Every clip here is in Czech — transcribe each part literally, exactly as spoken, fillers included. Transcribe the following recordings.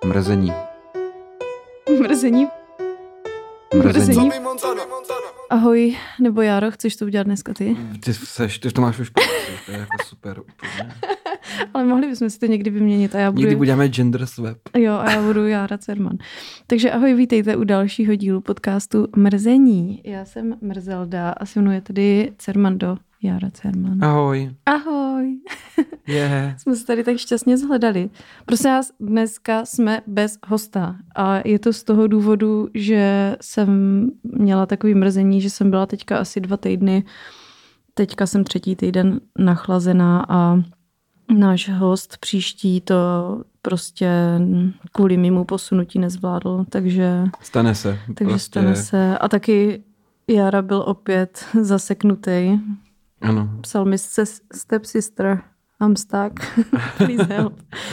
Mrzení. Mrzení. Mrzení. Ahoj, nebo Járo, chceš to udělat dneska ty? Ty, seš, ty to máš už práci, to je jako super úplně. Ale mohli bychom si to někdy vyměnit a já budu... Někdy budeme gender swap. Jo, a já budu Jára Cerman. Takže ahoj, vítejte u dalšího dílu podcastu Mrzení. Já jsem Mrzelda a se mnou je tady Cermando, Jára Cerman. Ahoj. Ahoj. Yeah. Jsme se tady tak šťastně zhledali. Prosím vás, dneska jsme bez hosta a je to z toho důvodu, že jsem měla takový mrzení, že jsem byla teďka asi dva týdny, teďka jsem třetí týden nachlazená a náš host příští to prostě kvůli mému posunutí nezvládl, takže... Stane se. Takže prostě... stane se. A taky Jára byl opět zaseknutý. Ano. Psal mi stepsister, I'm stuck, please help.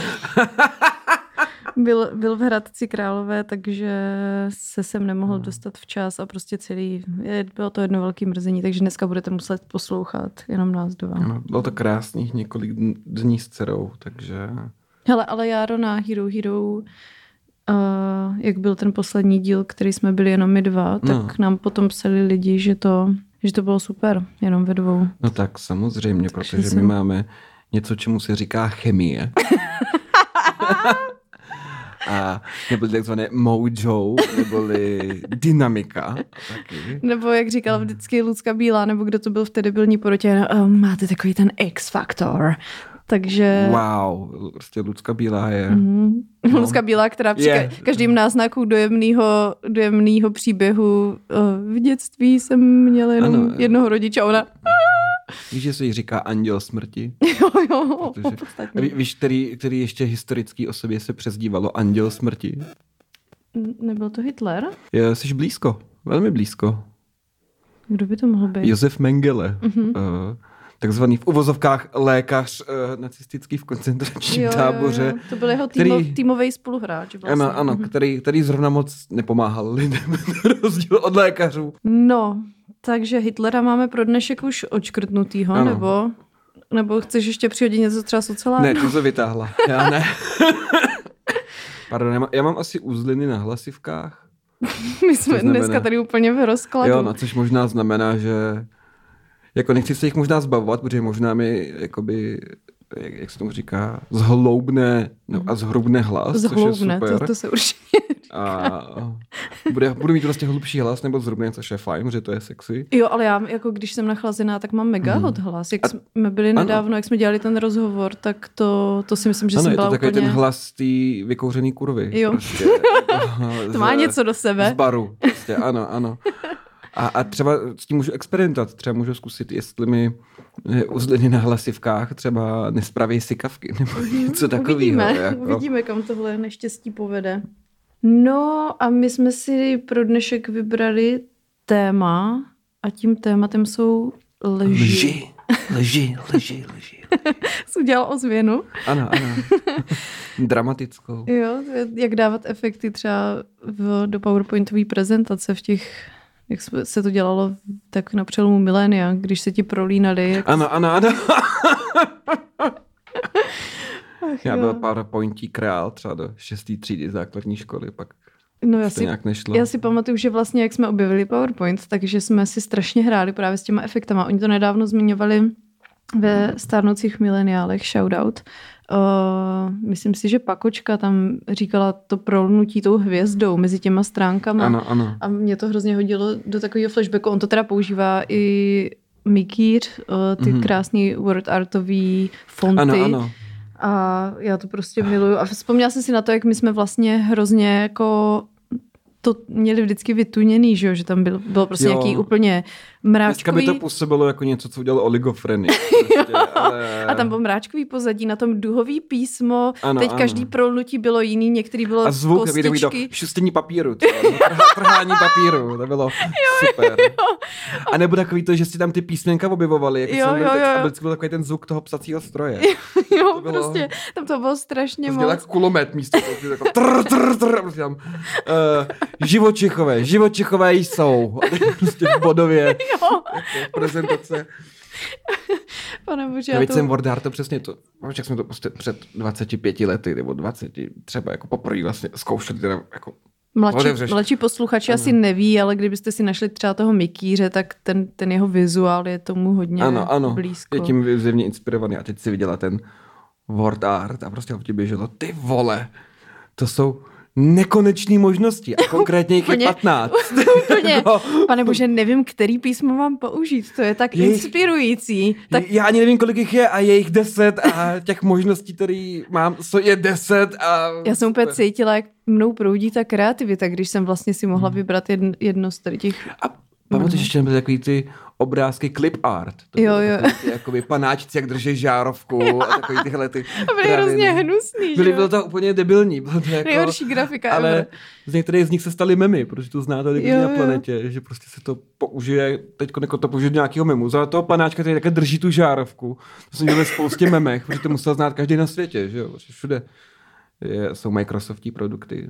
Byl, byl v Hradci Králové, takže se sem nemohl dostat včas a prostě celý, bylo to jedno velké mrzení, takže dneska budete muset poslouchat jenom nás dva. Ano, bylo to krásných několik dní s dcerou, takže... Hele, ale Járo na Hero Hero, uh, jak byl ten poslední díl, který jsme byli jenom my dva, tak no. Nám potom psali lidi, že to, že to bylo super, jenom ve dvou. No tak samozřejmě, takže protože jsem... my máme něco, čemu se říká chemie. A neboli takzvané mojo, neboli dynamika. Taky. Nebo jak říkal vždycky Lucka Bílá, nebo kdo to byl v té debilní porotě, no, um, máte takový ten X-faktor. Takže... Wow, prostě Lucka Bílá je... Mm. No. Lucka Bílá, která při yeah. každým náznaku dojemného, dojemného příběhu uh, v dětství jsem měla jenom ano, jednoho rodiče a ona... Víš, že se jí říká anděl smrti? Jo, jo, protože, ví, víš, který, který ještě historický osobě se přezdívalo anděl smrti? Nebyl to Hitler? Je, jsi blízko, velmi blízko. Kdo by to mohl být? Josef Mengele, uh-huh. uh, takzvaný v uvozovkách lékař uh, nacistický v koncentračním jo, táboře. Jo, jo. To byl jeho týmo, který, týmový spoluhráč. Vlastně. Ano, ano, uh-huh. který, který zrovna moc nepomáhal lidem, na rozdíl od lékařů. No, takže Hitlera máme pro dnešek už odškrtnutýho, nebo, nebo chceš ještě přihodit něco třeba sociálního? Ne, to se vytáhla. Já ne. Pardon, já mám, já mám asi uzliny na hlasivkách. My jsme znamená, dneska tady úplně v rozkladu. Jo, no, což možná znamená, že jako nechci se jich možná zbavovat, protože možná mi jakoby, jak, jak se tomu říká, zhloubne no, a zhrubne hlas, zhloubne, což je super. To, to se určitě a bude, budu mít vlastně hlubší hlas nebo zhrubne, což je fajn, že to je sexy. Jo, ale já, jako když jsem nachlazená, tak mám mega hot hlas. Jak a, jsme byli nedávno, ano. Jak jsme dělali ten rozhovor, tak to, to si myslím, že ano, jsem byla úplně... Ano, je to takový ten hlas té vykouřený kurvy. Jo. Prostě, to z, má něco do sebe. Z baru, prostě, ano, ano. A, a třeba s tím můžu experimentovat, třeba můžu zkusit, jestli mi uzliny na hlasivkách třeba nespraví sykavky nebo něco takového. Uvidíme, jako. uvidíme, kam tohle neštěstí povede. No a my jsme si pro dnešek vybrali téma a tím tématem jsou lži. Lži, lži, lži, lži. Jsi udělal ozvěnu? Ano, ano. Dramatickou. Jo, jak dávat efekty třeba v, do PowerPointové prezentace v těch... Jak se to dělalo tak na přelomu milénia, když se ti prolínali. Jak... Ano, ano, ano. Ach, já byl PowerPointí král třeba do šestý třídy základní školy, pak no já to si, nějak nešlo. Já si pamatuju, že vlastně jak jsme objevili PowerPoint, takže jsme si strašně hráli právě s těma efektama. Oni to nedávno zmiňovali ve stárnoucích mileniálech, shoutout. Uh, myslím si, že Pakočka tam říkala to prolnutí tou hvězdou mezi těma stránkama. Ano, ano. A mě to hrozně hodilo do takového flashbacku. On to teda používá i Mikýř, uh, ty mm-hmm. krásný word artový fonty. Ano, ano. A já to prostě miluju. A vzpomněla jsem si na to, jak my jsme vlastně hrozně jako to měli vždycky vytuněný, že, že tam byl, bylo prostě jo. Nějaký úplně mráčkový... Dneska by to působilo jako něco, co udělal oligofreny. Prostě, ale... A tam byl mráčkový pozadí, na tom duhový písmo, ano, teď ano. Každý prolnutí bylo jiný, některý bylo a zvuk, kostičky. To šustění papíru, trhání papíru, to bylo jo, super. Jo, jo. A nebo takový to, že si tam ty písmenka objevovali, jak jo, jsem byl, jo, jo. a byl, byl takový ten zvuk toho psacího stroje. Jo, to bylo, prostě, tam to bylo strašně moc. To jako kulomet místo, jako trr, trr, trr, tam, uh, živočichové, živočichové jsou. Prostě v bodově. Jo. Prezentace. Pane bože, já to... jsem Word art, to přesně to, jak jsme to prostě před dvaceti pěti lety, nebo dvaceti třeba jako poprvé vlastně zkoušeli teda jako Mladší, mladší posluchači ano. asi neví, ale kdybyste si našli třeba toho Mikýře, tak ten, ten jeho vizuál je tomu hodně ano, ano. blízko. Je tím zjevně inspirovaný a teď si viděla ten word art a prostě ho ti běželo, ty vole, to jsou nekonečné možnosti a konkrétně jich je patnáct. Úplně. Pane bože, nevím, který písmo mám použít, to je tak je inspirující. Tak... Já ani nevím, kolik jich je a je jich deset a těch možností, které mám, je deset a... Já jsem úplně cítila, jak mnou proudí ta kreativita, když jsem vlastně si mohla vybrat jedno, jedno z těch... A pamatuješ ještě nebyly takový ty obrázky clip art. To jo, jo. Ty, jakoby panáčci, jak drží žárovku a takový tyhle ty... A byly hrozně hnusný, byly, že? Bylo to úplně debilní. Bylo to jako, nejhorší grafika ale ever. z některých z nich se staly memy, protože to znáte lidi na planetě, že prostě se to použije, teď jako to použije nějakého memu. Za toho panáčka, který také drží tu žárovku. To jsem dělal spoustě memech, protože to musel znát každý na světě, že jo? Všude je, jsou Microsoftí produkty.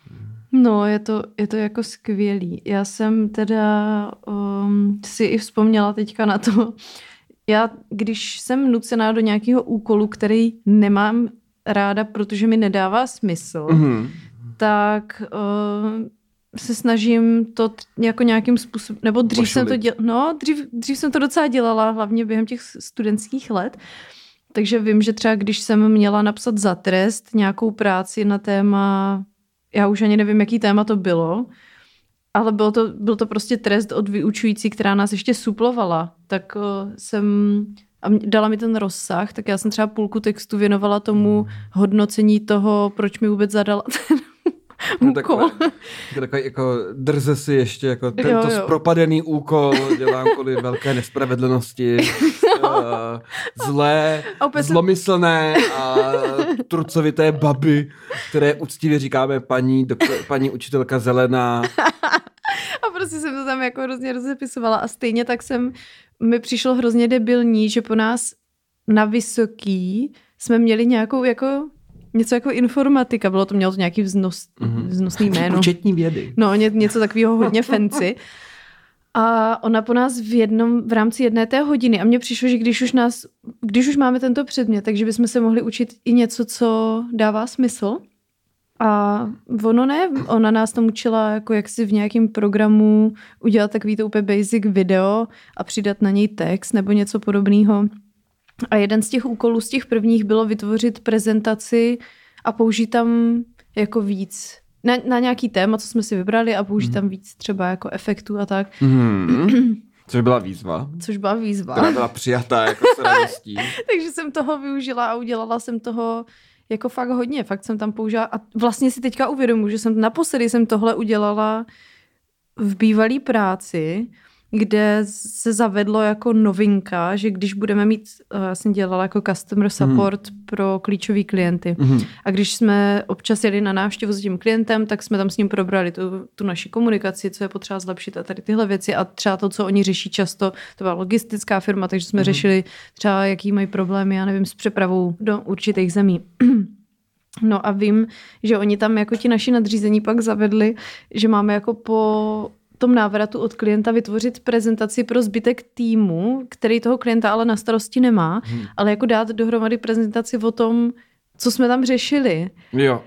No, je to, je to jako skvělý. Já jsem teda um, si i vzpomněla teďka na to, já když jsem nucená do nějakého úkolu, který nemám ráda, protože mi nedává smysl, mm-hmm. tak uh, se snažím to t- jako nějakým způsobem, nebo dřív Pošulit. jsem to dělala, no, dřív, dřív jsem to docela dělala, hlavně během těch studentských let, takže vím, že třeba když jsem měla napsat za trest nějakou práci na téma, já už ani nevím, jaký téma to bylo, ale bylo to, byl to prostě trest od vyučující, která nás ještě suplovala. Tak uh, jsem, a dala mi ten rozsah, tak já jsem třeba půlku textu věnovala tomu hodnocení toho, proč mi vůbec zadala ten úkol. To takový jako drze si ještě, jako tento zpropadený úkol dělám kvůli velké nespravedlnosti, uh, zlé, zlomyslné a trucovité baby, které úctivě říkáme paní, doktor, paní učitelka Zelená. A prostě jsem to tam jako hrozně rozepisovala a stejně tak jsem, mi přišlo hrozně debilní, že po nás na vysoký jsme měli nějakou jako něco jako informatika, bylo to, mělo to nějaký vznos, mm-hmm. vznosný jméno. Účetní vědy. No, ně, něco takového hodně fancy. A ona po nás v jednom, v rámci jedné té hodiny, a mně přišlo, že když už nás, když už máme tento předmět, takže bychom se mohli učit i něco, co dává smysl. A ono ne, ona nás tam učila, jako jak si v nějakém programu udělat takový to úplně basic video a přidat na něj text nebo něco podobného. A jeden z těch úkolů z těch prvních bylo vytvořit prezentaci a použít tam jako víc na, na nějaký téma, co jsme si vybrali a použít mm. tam víc třeba jako efektů a tak. Mm. Což byla výzva. Což byla výzva. Která byla přijatá jako s radostí. Takže jsem toho využila a udělala jsem toho jako fakt hodně. Fakt jsem tam použila a vlastně si teďka uvědomuji, že jsem naposledy jsem tohle udělala v bývalý práci, kde se zavedlo jako novinka, že když budeme mít, já jsem dělala jako customer support mm. pro klíčový klienty. Mm. A když jsme občas jeli na návštěvu s tím klientem, tak jsme tam s ním probrali tu, tu naši komunikaci, co je potřeba zlepšit a tady tyhle věci. A třeba to, co oni řeší často, to byla logistická firma, takže jsme mm. řešili třeba, jaký mají problémy, já nevím, s přepravou do určitých zemí. No a vím, že oni tam jako ti naši nadřízení pak zavedli, že máme jako po tom návratu od klienta vytvořit prezentaci pro zbytek týmu, který toho klienta ale na starosti nemá, hmm. ale jako dát dohromady prezentaci o tom, co jsme tam řešili. Jo.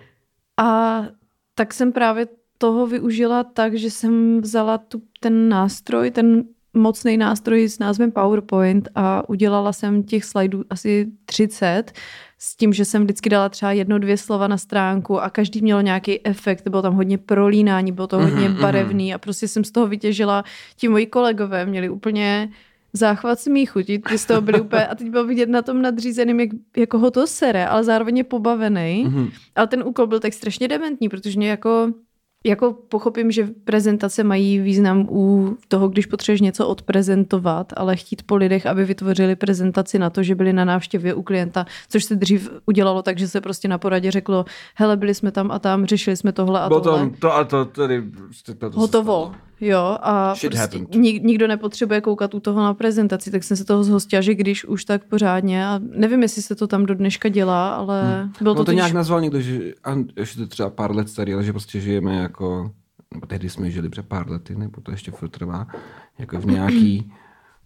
A tak jsem právě toho využila tak, že jsem vzala tu, ten nástroj, ten mocný nástroj s názvem PowerPoint a udělala jsem těch slajdů asi třicet s tím, že jsem vždycky dala třeba jedno, dvě slova na stránku a každý měl nějaký efekt, bylo tam hodně prolínání, bylo to hodně mm-hmm. barevný a prostě jsem z toho vytěžila, ti moji kolegové měli úplně záchvat smíchu, ti z toho byli úplně, a teď bylo vidět na tom nadřízeným, jak, jako ho to sere, ale zároveň je pobavený, mm-hmm. ale ten úkol byl tak strašně dementní, protože mě jako Jako pochopím, že prezentace mají význam u toho, když potřebuješ něco odprezentovat, ale chtít po lidech, aby vytvořili prezentaci na to, že byli na návštěvě u klienta, což se dřív udělalo tak, že se prostě na poradě řeklo, hele, byli jsme tam a tam, řešili jsme tohle a tohle. Potom to a to, tedy to, to hotovo. Jo, a prostě nik, nikdo nepotřebuje koukat u toho na prezentaci, tak jsem se toho zhostila, že když už tak pořádně, a nevím, jestli se to tam do dneška dělá, ale hmm. bylo to... No to týž... nějak nazval někdo, že ještě to třeba pár let starý, ale že prostě žijeme jako, nebo tehdy jsme žili před pár lety, nebo to ještě furt trvá, jako v nějaký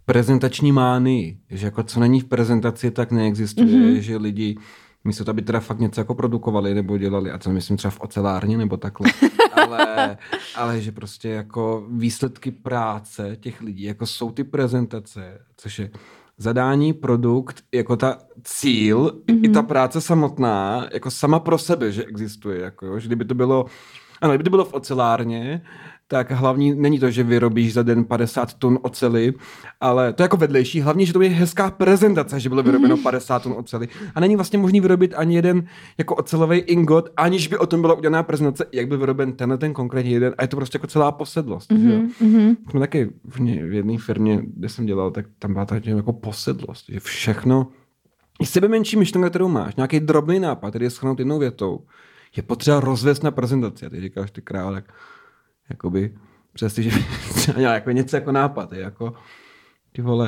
prezentační mánii, že jako co není v prezentaci, tak neexistuje, mm-hmm. že lidi místo to, aby teda fakt něco jako produkovali nebo dělali, a co myslím třeba v ocelárně nebo takhle, ale, ale že prostě jako výsledky práce těch lidí, jako jsou ty prezentace, což je zadání, produkt, jako ta cíl, mm-hmm. i ta práce samotná, jako sama pro sebe, že existuje, jako jo, že kdyby to bylo, ano, kdyby to bylo v ocelárně, tak hlavní není to, že vyrobíš za den padesát tun oceli, ale to je jako vedlejší. Hlavně, že to je hezká prezentace, že bylo vyrobeno padesát tun oceli. A není vlastně možný vyrobit ani jeden jako ocelový ingot, aniž by o tom byla udělaná prezentace, jak byl vyroben tenhle ten konkrétní jeden. A je to prostě jako celá posedlost. Mm-hmm. Že jo? Mm-hmm. Jsme taky v, ně, v jedné firmě, kde jsem dělal, tak tam byla taky jako posedlost. Že všechno, i sebe menší myšlenka, kterou máš, nějaký drobný nápad, který je shrnout jednou větou, je potřeba rozvést na prezentaci. A ty říkáš, ty král, tak jakoby, přesně, že třeba jako něco jako nápad, je jako, ty vole.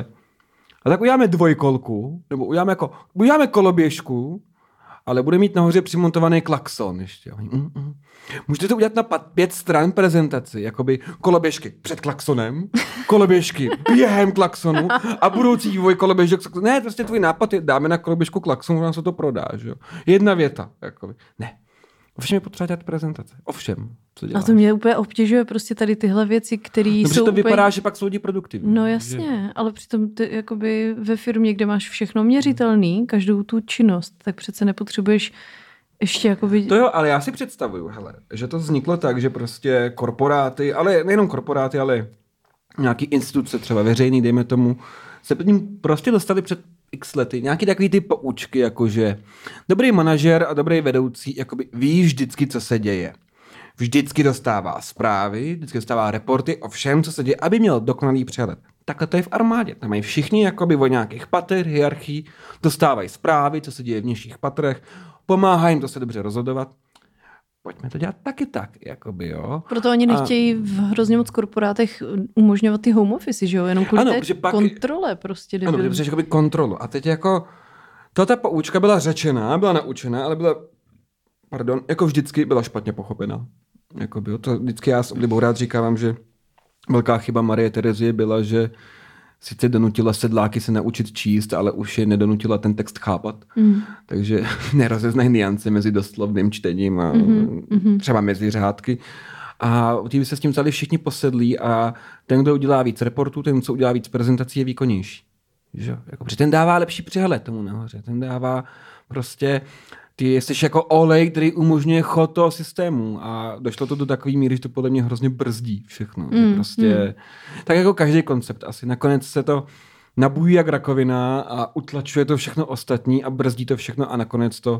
A tak uděláme dvojkolku, nebo uděláme jako, uděláme koloběžku, ale bude mít nahoře přimontovaný klakson ještě. Mm, mm. Můžete to udělat na pět stran prezentaci, jakoby koloběžky před klaksonem, koloběžky během klaksonu a budoucí vývoj koloběžek. Ne, prostě tvůj nápad je, dáme na koloběžku klakson, nám se to prodá, že jo. Jedna věta, jakoby. Ne. Ovšem je potřeba dělat prezentace. Ovšem. Co děláš? A to mě úplně obtěžuje prostě tady tyhle věci, které no, jsou to úplně... vypadá, že pak jsou lidi produktivní. No jasně, že... ale přitom ty, jakoby ve firmě, kde máš všechno měřitelný, každou tu činnost, tak přece nepotřebuješ ještě jakoby... To jo, ale já si představuju, hele, že to vzniklo tak, že prostě korporáty, ale nejenom korporáty, ale nějaký instituce, třeba veřejný, dejme tomu, se pod ním prostě dostali před x lety nějaký takový ty poučky, jakože dobrý manažer a dobrý vedoucí jakoby ví vždycky, co se děje. Vždycky dostává zprávy, vždycky dostává reporty o všem, co se děje, aby měl dokonalý přehled. Takhle to je v armádě. Tam mají všichni jakoby o nějakých pater, hierarchii, dostávají zprávy, co se děje v nižších patrech, pomáhá jim to se dobře rozhodovat. Pojďme to dělat taky tak, jakoby, jo. Proto oni nechtějí a... v hrozně moc korporátech umožňovat ty home office, že jo, jenom kvůli ano, té pak... kontrole prostě. Ano, protože jakoby kontrolu. A teď jako, ta poučka byla řečená, byla naučená, ale byla, pardon, jako vždycky byla špatně pochopená. Jakoby, jo, to vždycky já s oblibou rád říkávám, že velká chyba Marie Terezie byla, že sice donutila sedláky se naučit číst, ale už je nedonutila ten text chápat. Mm. Takže nerozeznají niance mezi doslovným čtením a mm-hmm. třeba mezi řádky. A tím se s tím stali všichni posedlí a ten, kdo udělá víc reportů, ten, co udělá víc prezentací, je výkonnější. Že? Jako, protože ten dává lepší přehled tomu nahoře. Ten dává prostě... Ty jsi jako olej, který umožňuje chod toho systému a došlo to do takový míry, že to podle mě hrozně brzdí všechno. Mm, že prostě, mm. Tak jako každý koncept asi. Nakonec se to nabují jak rakovina a utlačuje to všechno ostatní a brzdí to všechno a nakonec to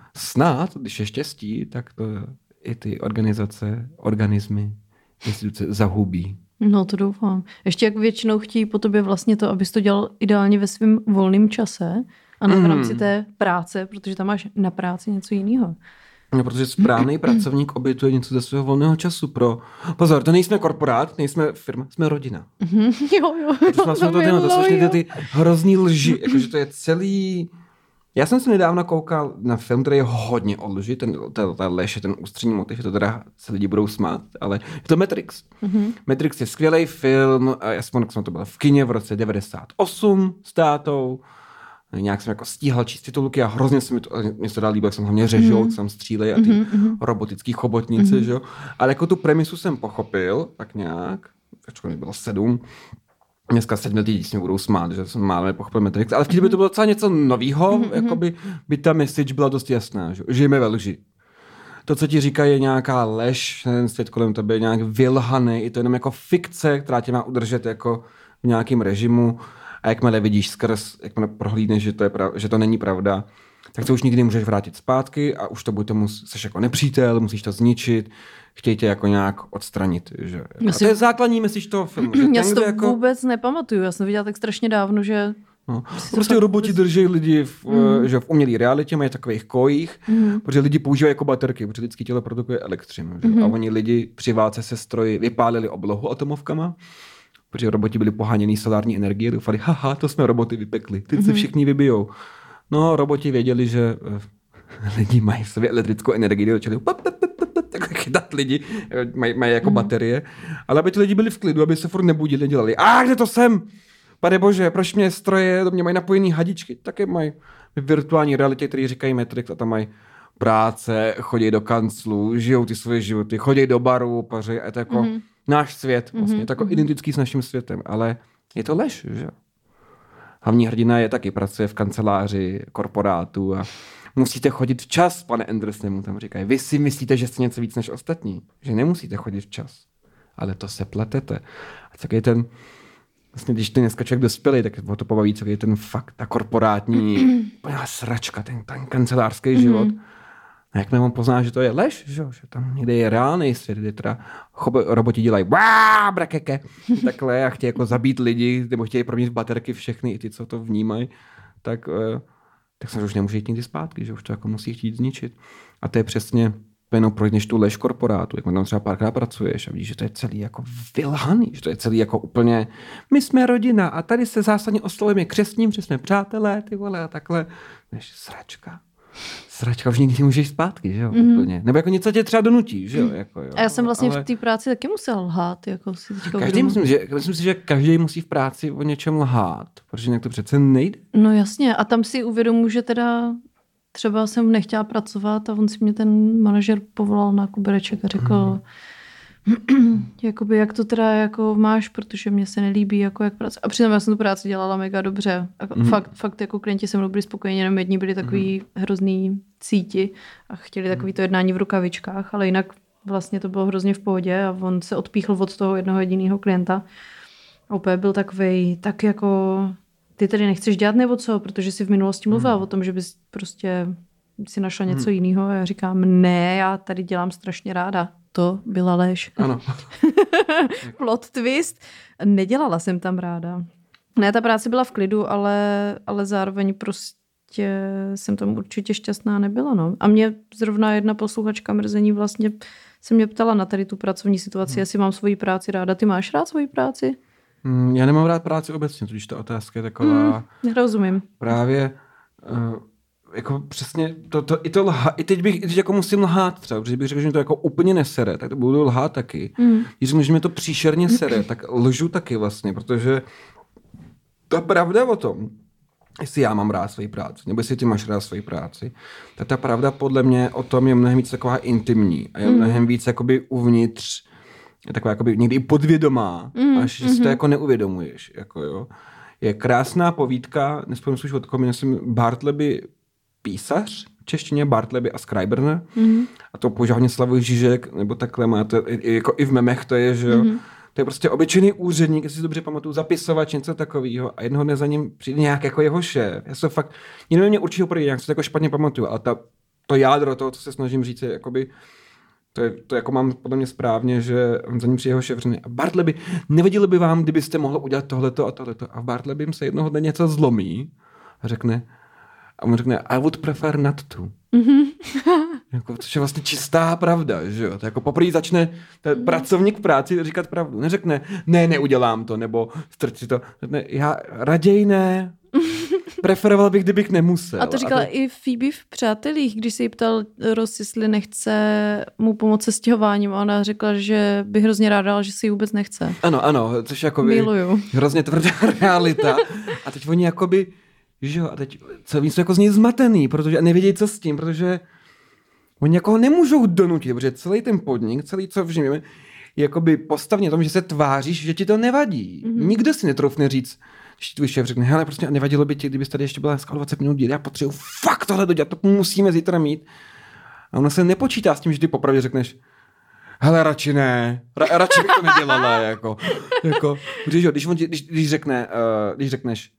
snad, když je štěstí, tak to i ty organizace, organismy, instituce zahubí. No to doufám. Ještě jak většinou chtějí po tobě vlastně to, abys to dělal ideálně ve svém volném čase, a na v rámci té práce, protože tam máš na práci něco jiného. No, protože správný pracovník obětuje něco ze svého volného času pro... Pozor, to nejsme korporát, nejsme firma, jsme rodina. jo, jo. To, to, to, to, to jsou ty, ty hrozný lži, jakože to je celý... Já jsem si nedávno koukal na film, který je hodně o lži, ten, ta, ta lež je ten ústřední motiv, to teda se lidi budou smát, ale je to Matrix. Mm-hmm. Matrix je skvělý film, já jsem to byl v kině v roce devadesát osm s tátou, nějak jsem jako stíhal číst titulky a hrozně se mi to, mě to dál líbilo, jak jsem hlavně řežil, mm. jsem střílej a ty mm-hmm. robotický chobotnice, mm-hmm. že jo. Ale jako tu premisu jsem pochopil, tak nějak, ačkoliv mi bylo sedm, dneska sedmletí děti mě budou smát, že jsem málo nepochopil Matrix, ale v té době to bylo docela něco novýho, mm-hmm. jako by, by ta message byla dost jasná, že žijeme ve lži. To, co ti říkají, je nějaká lež, ten svět kolem tebe je nějak vylhaný, je to jenom jako fikce, která tě má udržet jako v nějakém režimu. A jakmile vidíš skrz, jakmile prohlídneš, že to, je prav, že to není pravda, tak to už nikdy můžeš vrátit zpátky a už to bude tomu, seš jako nepřítel, musíš to zničit, chtějí tě jako nějak odstranit. Že? A to je základní message toho filmu. Že já si to jako... vůbec nepamatuju, já jsem viděla tak strašně dávno, že... No. Prostě roboti vůbec... drží lidi v, mm. že v umělé realitě, mají takových kojích, mm. protože lidi používají jako baterky, protože lidské tělo produkuje elektřinu. Že? Mm. A oni lidi při válce se stroji vypálili oblohu atomovkama, protože roboti byli poháněný solární energie, doufali, haha, to jsme roboty vypekli, teď se všichni vybijou. No, roboti věděli, že uh, lidi mají v sobě elektrickou energii, začali chytat lidi, mají, mají jako mm. baterie, ale aby ty lidi byli v klidu, aby se furt nebudili, dělali, a kde to jsem? Pane bože, proč mě stroje, do mě mají napojený hadičky, také mají v virtuální realitě, který říkají Matrix, a tam mají práce, chodí do kanclu, žijou ty svoje životy, chodí do baru, paří, a je to jako mm-hmm. náš svět, vlastně, mm-hmm. je to jako identický s naším světem, ale je to lež, že? Hlavní hrdina je taky, pracuje v kanceláři, korporátu a musíte chodit včas, pane Andersone, mu tam říkají. Vy si myslíte, že jste něco víc než ostatní, že nemusíte chodit včas, ale to se pletete. A takový ten, vlastně když ty dneska člověk dospělý, tak ho to pobaví, co je ten fakt, ta korporátní, plná sračka, ten, ten kancelářský mm-hmm. život. A jak on pozná, že to je lež, že, že tam někde je reálný svět, kde teda chobo, roboti dělají bá, brakeke, takhle a chtějí jako zabít lidi, nebo chtějí proměnit v baterky všechny, i ty, co to vnímají, tak, tak se už nemůže jít nikdy zpátky, že už to jako musí chtít zničit. A to je přesně jenom projdeš tu lež korporátu, jak tam třeba párkrát pracuješ a vidíš, že to je celý jako vylhaný, že to je celý jako úplně, my jsme rodina a tady se zásadně oslovujeme křestním, že jsme přátelé, ty vole, a takhle, než sračka. Sračka už nikdy můžeš zpátky, že jo, mm. úplně. Nebo jako něco tě třeba donutí, že jo. Jako, jo. A já jsem vlastně ale... v té práci taky musel lhát, jako si teďka každý myslím, že, myslím si, že každý musí v práci o něčem lhát, protože jinak to přece nejde. No jasně, a tam si uvědomuji, že teda třeba jsem nechtěla pracovat a on si mě ten manažer povolal na kubereček a řekl, mm. jakoby, jak to teda jako máš, protože mě se nelíbí, jako jak práce. A přitom já jsem tu práci dělala mega dobře. A mm. fakt, fakt jako klienti se mnou byli spokojeni, jenom jedni byli takový mm. hrozný cíti a chtěli takový to jednání v rukavičkách, ale jinak vlastně to bylo hrozně v pohodě a on se odpíchl od toho jednoho jediného klienta. A úplně byl takovej, tak jako ty tady nechceš dělat nebo co, protože jsi v minulosti mluvila mm. o tom, že bys prostě si našla něco mm. jiného a já říkám, ne, já tady dělám strašně ráda. To byla lež. Ano. Plot twist. Nedělala jsem tam ráda. Ne, ta práce byla v klidu, ale, ale zároveň prostě jsem tam určitě šťastná nebyla. No. A mě zrovna jedna posluchačka Mrzení vlastně se mě ptala na tady tu pracovní situaci, hmm. jestli mám svoji práci ráda. Ty máš rád svoji práci? Hmm, já nemám rád práci obecně, tudíž ta otázka je taková... Hmm, nerozumím. Právě... Uh... jako přesně, to, to, i, to lha, i teď bych i teď jako musím lhát třeba, protože bych řekl, že mi to jako úplně nesere, tak to budu lhát taky. Mm. Když řeknu, že mi to příšerně sere, tak lžu taky vlastně, protože ta pravda o tom, jestli já mám rád svoji práci, nebo jestli ty máš rád svoji práci, tak ta pravda podle mě o tom je mnohem víc taková intimní a je mm. mnohem víc jakoby uvnitř, je taková jakoby někdy i podvědomá, mm. až že si to jako neuvědomuješ. Jako jo. Je krásná povídka, nespomínám si už od koho, myslím Bartleby písař, v češtině Bartleby a Scribner. Mm-hmm. A to používá hodně Slavoj Žižek, nebo takhle má to, i, jako i v memech to je, že jo. Mm-hmm. To je prostě obyčejný úředník, jestli si dobře pamatuju, zapisovač, něco takového a jednoho dne za ním přijde nějak jako jeho šéf. Já se fakt, jenom mě určitě úplně nějak se to jako špatně pamatuju, ale ta, to jádro toho, co se snažím říct, je jakoby, to, je, to jako mám podle mě správně, že za ním přijde jeho šéf, řekne, a Bartleby, nevadilo by vám, kdybyste mohlo udělat tohleto a tohleto. A v Bartlebym se jednoho dne něco zlomí a řekne, a on řekne, I would prefer not to. Mm-hmm. jako, což je vlastně čistá pravda, že jo. To jako poprvé začne ten pracovník v práci říkat pravdu. Neřekne, ne, neudělám to, nebo strč si to. Řekne, já raději ne. Preferoval bych, kdybych nemusel. A to říkala a to... i Phoebe v Přátelích, když se jí ptal Ross, jestli nechce mu pomoct se stěhováním. A ona řekla, že by hrozně ráda, ale že si ji vůbec nechce. Ano, ano, což jako miluju. Hrozně tvrdá realita. A teď oni jakoby že jo, a teď celý jsou jako z něj zmatený, protože nevědějí, co s tím, protože oni jako nemůžou donutit, protože celý ten podnik, celý co vždyme, je jakoby postavně tom, že se tváříš, že ti to nevadí. Mm-hmm. Nikdo si netroufne říct, když tvůj šéf řekne, hele, prostě nevadilo by ti, kdybys tady ještě byla dneska dvacet minut díl, já potřebuji fakt tohle dodělat, to musíme zítra mít. A ona se nepočítá s tím, že ty popravdě řekneš, hele, radši ne, ra, radši bych to nedělala, jako, jako, když, jo, když, on, když, když, řekne, uh, když řekneš,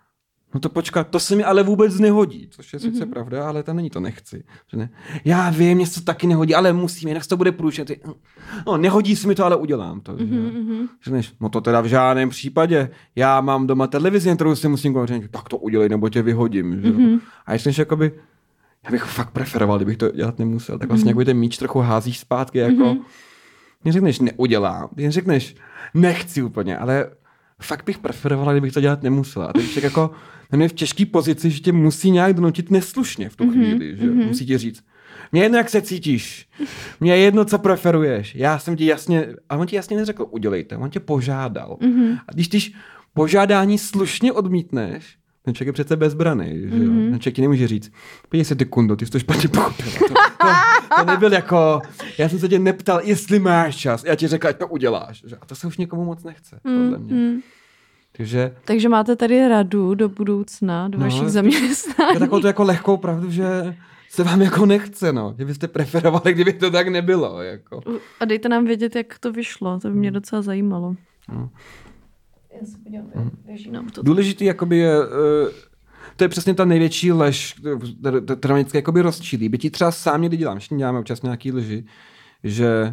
no to počkat, to se mi ale vůbec nehodí, což je sice mm-hmm. pravda, ale tam není to nechci. Že ne? Já vím, mě se to taky nehodí, ale musíme, jinak to bude průčet. No, nehodí se mi to, ale udělám to. Mm-hmm. Že než, no to teda v žádném případě. Já mám doma televizi, kterou si musím konečně, tak to udělej, nebo tě vyhodím. Že? Mm-hmm. A ještě než jakoby, já bych fakt preferoval, kdybych to dělat nemusel, tak vlastně mm-hmm. ten míč trochu házíš zpátky, jako, mm-hmm. neřekneš neudělám, jen řekneš nechci úplně, ale fakt bych preferovala, kdybych to dělat nemusela. A teď jako ten je v těžké pozici, že tě musí nějak donutit neslušně v tu chvíli, mm-hmm. že musí ti říct, mě jedno, jak se cítíš, mě je jedno, co preferuješ, já jsem ti jasně, a on ti jasně neřekl, udělejte, on tě požádal. Mm-hmm. A když, když požádání slušně odmítneš, ten člověk je přece bezbraný, že jo? Mm-hmm. Ten člověk ti nemůže říct, podívej se ty kundo, ty jsi to špatně pochopila. To, to, to nebyl jako, já jsem se tě neptal, jestli máš čas, já ti řekla, ať to uděláš. Že? A to se už někomu moc nechce, mm-hmm. podle mě. Takže, Takže máte tady radu do budoucna, do no, vašich zaměstnání. Takovou to jako lehkou pravdu, že se vám jako nechce, no. Že byste preferovali, kdyby to tak nebylo. Jako. A dejte nám vědět, jak to vyšlo, to by mě docela zajímalo. No. Já se podívám, běží nám to. Důležitý jakoby je, to je přesně ta největší lež, která mě vždycky jakoby rozčílí. By ti třeba sám někdy dělám, všichni děláme občas nějaký lži, že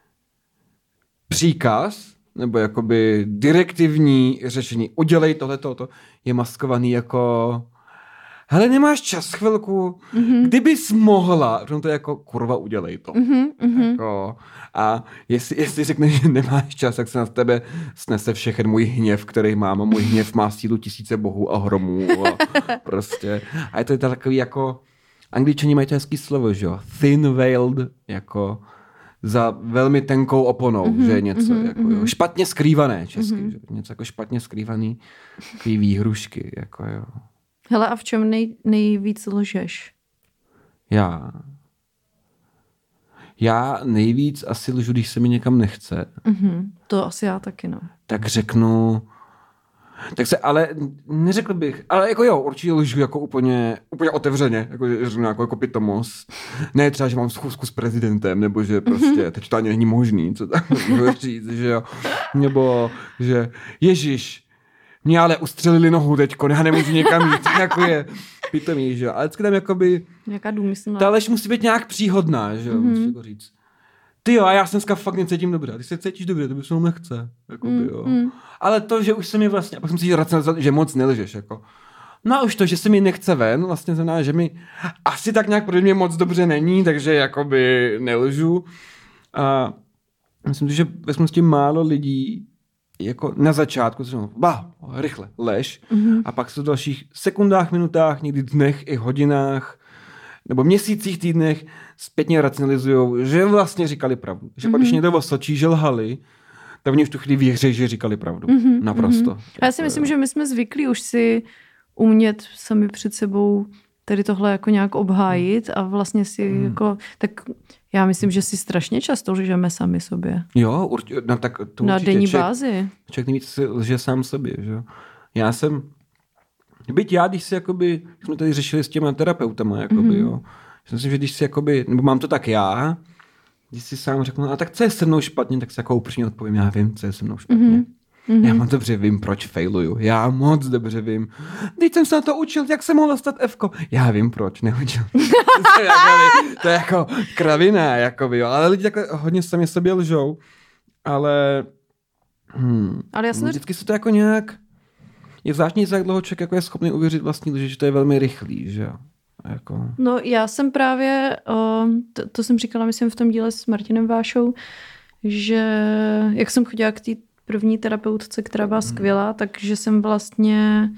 příkaz, nebo jakoby direktivní řešení, udělej tohle, tohle, je maskovaný jako hele, nemáš čas chvilku, mm-hmm. kdybys mohla, protože to je jako kurva, udělej to. Mm-hmm. Jako, a jestli, jestli řekneš, že nemáš čas, tak se na tebe snese všechen můj hněv, který mám. A můj hněv má sílu tisíce bohů a hromů. A prostě. A je to takový jako, Angličani mají to hezký slovo, že jo? Thin-veiled, jako za velmi tenkou oponou, mm-hmm. že je něco mm-hmm. jako, jo, špatně skrývané česky, mm-hmm. že? Něco jako špatně skrývaný, takový výhrušky, jako jo. Hele, a v čem nej, nejvíc lžeš? Já. Já nejvíc asi lžu, když se mi někam nechce. Mm-hmm. To asi já taky, no. Tak řeknu... Tak se, ale neřekl bych, ale jako jo, určitě lžu jako úplně, úplně otevřeně, jako, že řeknu jako, jako pitomost. Ne třeba, že mám schůzku s prezidentem, nebo že prostě teď to ani není možný, co tam můžu říct, že jo. Nebo že Ježiš, mě ale ustřelili nohu teďko, já nemůžu někam jít, jako je pitomý, že jo. Ale vždycky tam jakoby... Nějaká důmyslná. Ta lež musí být nějak příhodná, že jo, mm-hmm. musí jako říct. Ty jo, a já jsem dneska fakt necítím dobře. A ty se cítíš dobře, to by se mnou nechce. Jakoby, jo. Mm-hmm. Ale to, že už se mi vlastně, a pak jsem si racionalizovat, že moc nelžeš, jako. No a už to, že se mi nechce ven, vlastně znamená, že mi asi tak nějak pro mě moc dobře není, takže jakoby nelžu. A myslím si, že ve skutečnosti málo lidí jako na začátku se říká, bah, rychle, lež. Mm-hmm. A pak se v dalších sekundách, minutách, někdy dnech i hodinách nebo měsících, týdnech zpětně racionalizujou, že vlastně říkali pravdu. Že mm-hmm. pak, když někdo osočí, že lhali, tak oni už tu chvíli věří, že říkali pravdu. Mm-hmm. Naprosto. Mm-hmm. A já si myslím, že my jsme zvyklí už si umět sami před sebou tady tohle jako nějak obhájit a vlastně si mm. jako, tak já myslím, že si strašně často lžeme sami sobě. Jo, určitě. No, tak to na určitě. denní Člověk, bázi. Člověk nejvíc si lže sám sobě, že jo. Já jsem, byť já, když si jakoby, jsme tady řešili s těma terapeutama, jakoby, mm-hmm. jo. Myslím, že když si jakoby, nebo mám to tak já, když si sám řeknu, a tak co je se mnou špatně, tak si jako upřímně odpovím, já vím, co je se mnou špatně. Mm-hmm. Mm-hmm. Já moc dobře vím, proč failuju. Já moc dobře vím. Teď jsem se na to učil, jak jsem mohl dostat F-ko. Já vím, proč neučil. To je jako kravina, jakoby, jo. Ale lidi takhle hodně sami sobě lžou. Ale, hmm, ale já jsem... vždycky se to jako nějak... Je zvláštní, jak dlouho člověk jako je schopný uvěřit vlastní lži, že to je velmi rychlý, že jo. Jako... No já jsem právě, to, to jsem říkala, myslím, v tom díle s Martinem Vášou, že jak jsem chodila k té první terapeutce, která byla skvělá, takže jsem vlastně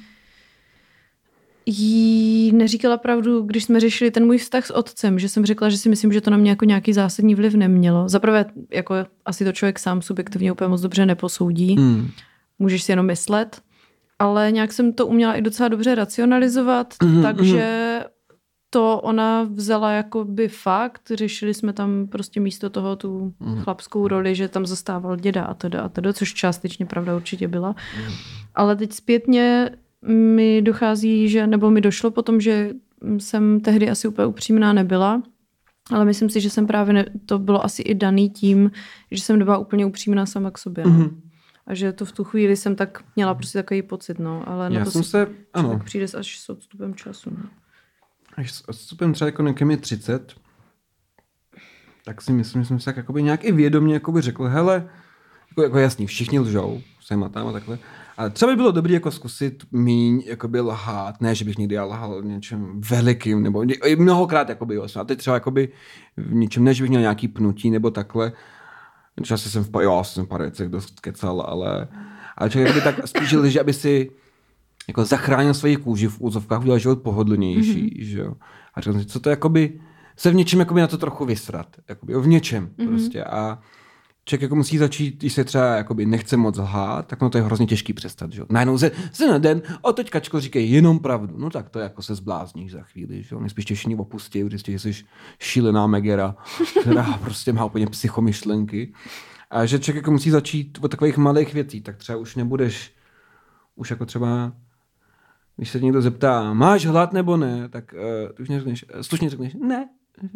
jí neříkala pravdu, když jsme řešili ten můj vztah s otcem, že jsem řekla, že si myslím, že to na mě jako nějaký zásadní vliv nemělo. Zaprvé, jako asi to člověk sám subjektivně úplně moc dobře neposoudí. Mm. Můžeš si jenom myslet. Ale nějak jsem to uměla i docela dobře racionalizovat, mm-hmm, takže to ona vzala jako by fakt, řešili jsme tam prostě místo toho tu mm. chlapskou roli, že tam zastával děda a teda a teda, což částečně pravda určitě byla. Mm. Ale teď zpětně mi dochází, že, nebo mi došlo potom, že jsem tehdy asi úplně upřímná nebyla, ale myslím si, že jsem právě, ne, to bylo asi i daný tím, že jsem nebyla úplně upřímná sama k sobě. No. Mm. A že to v tu chvíli jsem tak měla prostě takový pocit, no. Ale já na to jsem se, ano. přijde až s odstupem času, no. Až s odstupem třeba jako někým je třicet, tak si myslím, že jsem si tak jakoby nějak i vědomě jakoby řekl, hele, jako, jako jasný, všichni lžou, jsem a tam a takhle, ale třeba by bylo dobré jako zkusit míň jakoby lhát, ne, že bych někdy já lhal něčem velikým, nebo mnohokrát jakoby, jo, a teď třeba jakoby v něčem, ne, že bych měl nějaký pnutí nebo takhle, časy jsem v, jo, jsem v pár věcech dost kecal, ale, ale člověk by tak spíš lži, aby si jako zachránil svoji kůži v úzovkách, udělal život pohodlnější, mm-hmm. že jo. A řekl jsem, co to jakoby, se v něčem jakoby na to trochu vysrat, jakoby, v něčem mm-hmm. prostě. A člověk jako musí začít, když se třeba jakoby nechce moc lhát, tak no to je hrozně těžký přestat, že jo. Najednou ze, ze na den, o teď Kačko říkej jenom pravdu, no tak to jako se zblázníš za chvíli, že jo. Nejspíš tě všichni opustí, zjistí, že jsi šílená megera, která prostě má úplně psychomyšlenky. A že člověk jako musí začít od takových malých věcí, tak třeba už nebudeš, už jako třeba, když se někdo zeptá, máš hlad nebo ne, tak uh, ty už neřekneš, slušně řekneš, ne.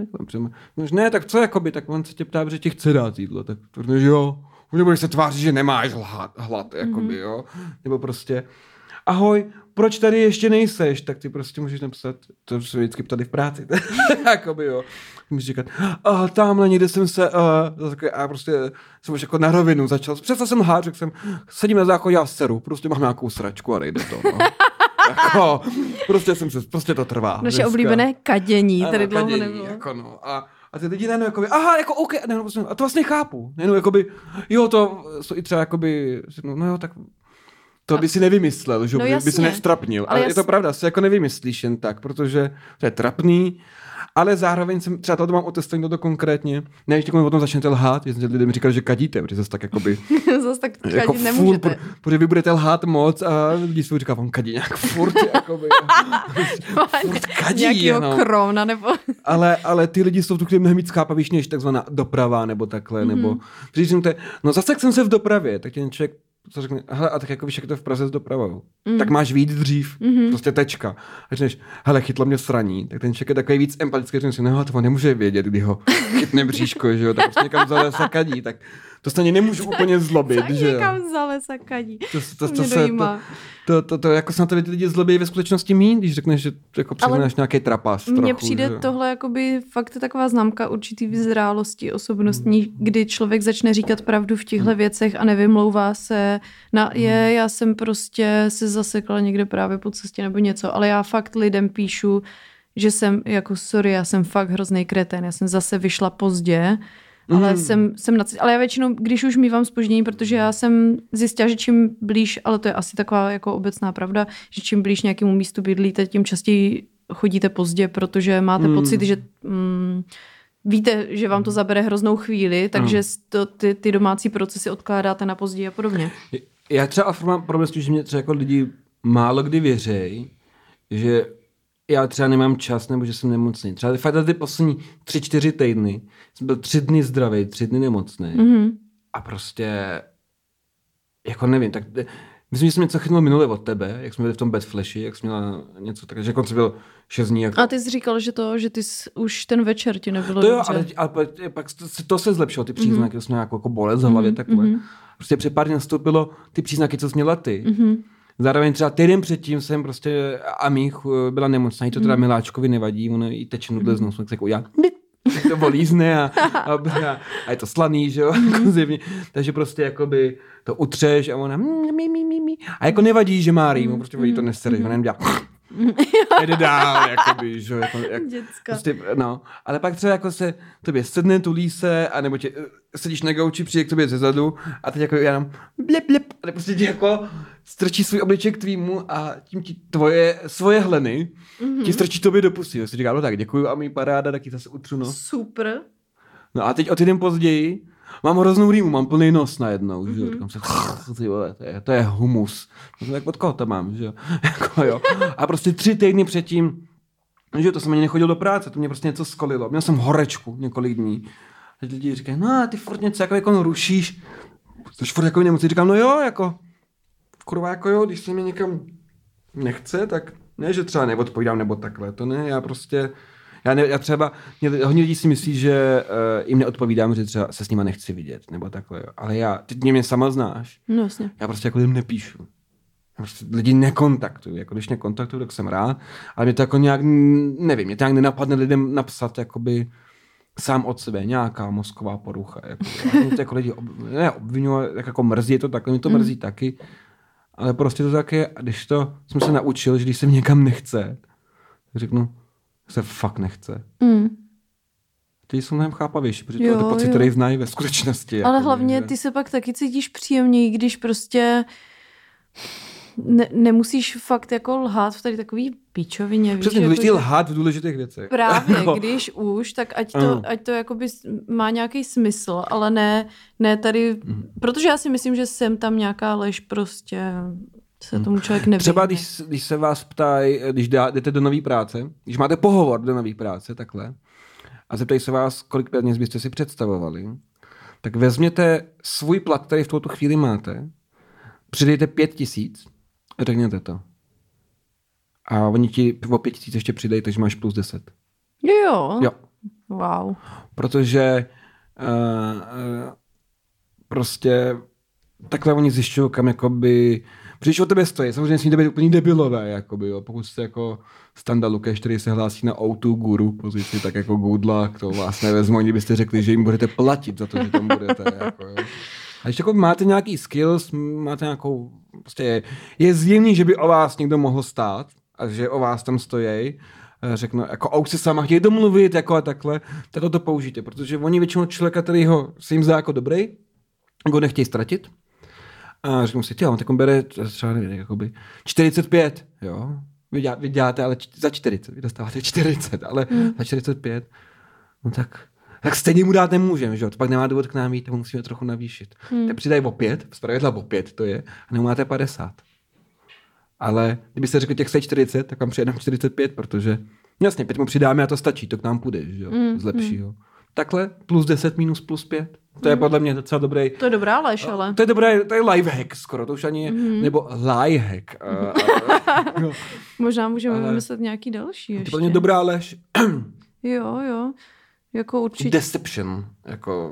Ne, tak co jakoby, tak on se tě ptá, že ti chce dát jídlo, tak protože jo, už nebudeš se tvářit, že nemáš hlad, hlad jakoby, jo, nebo prostě, ahoj, proč tady ještě nejseš, tak ty prostě můžeš napsat, to se vždycky ptali v práci, jakoby, jo, můžeš říkat, a tamhle někde jsem se, a, a prostě jsem už jako na rovinu začal, přestal jsem lhát, řekl jsem, sedím na záchodě a seru, prostě mám nějakou sračku a nejde to, no. Jako, prostě jsem se, prostě to trvá. Naše dneska. Oblíbené kadění, tady ano, dlouho kadění, nebylo. Jako no. A, a ty lidi najednou jakoby, aha, jako OK, a, ne, a to vlastně chápu. Najednou jakoby, jo, to i třeba jakoby, no, no jo, tak to by si nevymyslel, že no, by si nevstrapnil. Ale, ale je to pravda, si jako nevymyslíš jen tak, protože to je trapný, ale zároveň jsem, třeba to mám otestovat to konkrétně, ne, když o tom začnete lhát, že lidé mi říkali, že kadíte, protože zase tak jakoby... zase tak kadit jako nemůžete. Furt, protože vy budete lhát moc a lidi si říká, on kadí nějak furt, jakoby, furt kadí. Nějakýho no. krona, nebo... ale, ale ty lidi jsou tu, kteří mnohem víc chápaví, než takzvaná doprava, nebo takhle, mm-hmm. nebo... Když říkáte, no zase jsem se v dopravě, tak ten člověk co řekne, hele, a tak jako víš, jak to v Praze s dopravou. Mm. Tak máš víc dřív, mm-hmm. prostě tečka. A řekneš, hele, chytlo mě sraní, tak ten člověk je takový víc empatický, že si, no, to on nemůže vědět, kdy ho chytne bříško, že jo, tak prostě někam za lesa kadí, tak to stejně nemůžu úplně zlobit, že jo. Někam za lesa kadí, to, to, to, to, se, to, to, to, to, jako se na to lidi zlobí ve skutečnosti míň, když řekneš, že jako přiznáš nějaký trapas. Mně přijde že? Tohle jakoby fakt taková známka určitý vyzrálosti osobnostní, hmm. kdy člověk začne říkat pravdu v těchto hmm. věcech a nevymlouvá se na je, já jsem prostě se zasekla někde právě po cestě nebo něco, ale já fakt lidem píšu, že jsem jako sorry, já jsem fakt hrozný kretén, já jsem zase vyšla pozdě, ale mm. jsem, jsem na cestě. Ale já většinou, když už mívám zpoždění, protože já jsem zjistila, že čím blíž, ale to je asi taková jako obecná pravda, že čím blíž nějakému místu bydlíte, tím častěji chodíte pozdě, protože máte mm. pocit, že mm, víte, že vám to zabere hroznou chvíli, takže mm. to, ty, ty domácí procesy odkládáte na později a podobně. Já třeba mám problém s tím, že mě třeba jako lidi málo kdy věří, že já třeba nemám čas, nebo že jsem nemocný. Třeba fakt ty poslední tři, čtyři týdny jsem byl tři dny zdravý, tři dny nemocný. Mm-hmm. A prostě jako nevím, tak myslím, že jsem něco chytnul minule od tebe, jak jsme byli v tom Bad Flashi, jak jsi měla něco, takže konce byl šest dní. Jako... A ty jsi říkal, že to, že ty jsi, už ten večer ti nebylo to dobře. Jo, ale, ale pak to, to se zlepšilo, ty příznaky, mm-hmm. to jsme jako, jako bolest v hlavě, mm-hmm. takhle. Prostě před pár dní nastoupilo ty příznaky, co jsi měla ty. Mm-hmm. Zároveň třeba týden předtím jsem prostě Amich byla nemocná, jí to teda Miláčkovi nevadí, ono jí teče nudle z nosu, tak se jako já to volízne a, a, a je to slaný, že jo, mm. takže prostě jakoby to utřeš a ona mi, mi, mi, mi. A jako nevadí, že má rýmu, prostě jí to nesere, že ona nedělá jde dál, jakoby, že jako, jak, prostě, no, ale pak třeba jako se tobě sedne, tulí se, anebo tě, sedíš na gauči, přijde k tobě zezadu a teď jako já nám blep, blep, ale prostě ti jako strčí svůj obliček k tvýmu a tím ti tvoje, svoje hleny mm-hmm. ti strčí tobě do pusy. Jo. Si říká, no tak děkuju a mi paráda, taky zase utřu, no. Super. No a teď o týden později mám hroznou rýmu, mám plný nos najednou, mm-hmm. že jo, říkám se, ty vole, to je, to je humus. No, tak od koho to mám, že jo. Jako, jo. A prostě tři týdny předtím, že to jsem ani nechodil do práce, to mě prostě něco skolilo. Měl jsem horečku několik dní. Teď lidi říkají, no ty furt něco jako, jako rušíš, jsi furt jako nemocí. Říkám, no jo, jako, kurva, jako jo, když se mě někam nechce, tak ne, že třeba neodpovídám nebo takhle, to ne, já prostě... Já, ne, já třeba, mě, hodně lidí si myslí, že uh, jim neodpovídám, že třeba se s nima nechci vidět, nebo takhle, jo. Ale já, ty mě, mě sama znáš, no, jasně. Já prostě jako lidem nepíšu. Já prostě lidi nekontaktuju, jako když nekontaktuju, tak jsem rád, ale mě to jako nějak, nevím, mě to nějak nenapadne lidem napsat, jakoby sám od sebe, nějaká mozková porucha, jako, mě to jako lidi ob, ne, obvinují, tak jako mrzí, je to takhle, mě to mrzí mm. taky, ale prostě to tak je, a když to jsem se naučil, že když se mě někam nechce, řeknu, se fakt nechce. Mm. Ty jsou mnohem chápavější, protože jo, to je pocit, který znají ve skutečnosti. Ale jako hlavně že... ty se pak taky cítíš příjemněji, když prostě ne, nemusíš fakt jako lhát v tady takový píčovině. Přesně, víš, důležitý jako, lhát v důležitých věcech. Právě, když už, tak ať to, ať to jakoby má nějaký smysl, ale ne, ne tady, mm. protože já si myslím, že sem tam nějaká lež prostě se tomu člověk nevyhne. Třeba když, když se vás ptají, když jdete do nové práce, když máte pohovor do nové práce, takhle, a zeptají se vás, kolik peněz byste si představovali, tak vezměte svůj plat, který v tuto chvíli máte, přidejte pět tisíc a řekněte to. A oni ti o pět tisíc ještě přidají, takže máš plus deset. Jo. Jo. Wow. Protože uh, uh, prostě takhle oni zjišťují, kam jakoby Když o tebe stojí, samozřejmě smíte být úplně debilové, jakoby, jo. Pokud jste jako Standa Lukeš, který se hlásí na ó dva Guru pozici, tak jako good luck, to vás nevezmu, ani byste řekli, že jim budete platit za to, že tam budete. Jako, jo. A když jako máte nějaký skills, máte nějakou, prostě je, je zjevný, že by o vás někdo mohl stát a že o vás tam stojí, řeknu, jako a už se sama chtějí domluvit, jako a takhle, tak to použijte, protože oni většinou člověka, který ho se jim zdá jako dobrý, ho nechtějí ztratit. A řeknu si, on takom bere třeba nevím, jakoby čtyřicet pět, jo. Vy, dělá, vy děláte ale za čtyřicet, vy dostáváte čtyřicet, ale hmm. za čtyřicet pět, no tak, tak stejně mu dát nemůžeme, že jo. To pak nemá důvod k nám jít, tak musíme trochu navýšit. Hmm. Tak přidají o pět, zpravidla o pět to je, a nemáte padesát. Ale kdybyste řekli těch čtyřicet, tak vám přijedeme čtyřicet pět, protože jasně, pět mu přidáme a to stačí, to k nám půjde, že jo, hmm. z lepšího. Hmm. Takhle plus deset minus plus pět. To je podle mě docela dobrý. To je dobrá lež, ale. To je dobré, to je lifehack skoro, to už ani mm-hmm. nebo lifehack. no. Možná můžeme ale... vymyslet nějaký další ještě. To je podle mě dobrá lež. jo, jo. Jako určitě. Deception. Jako...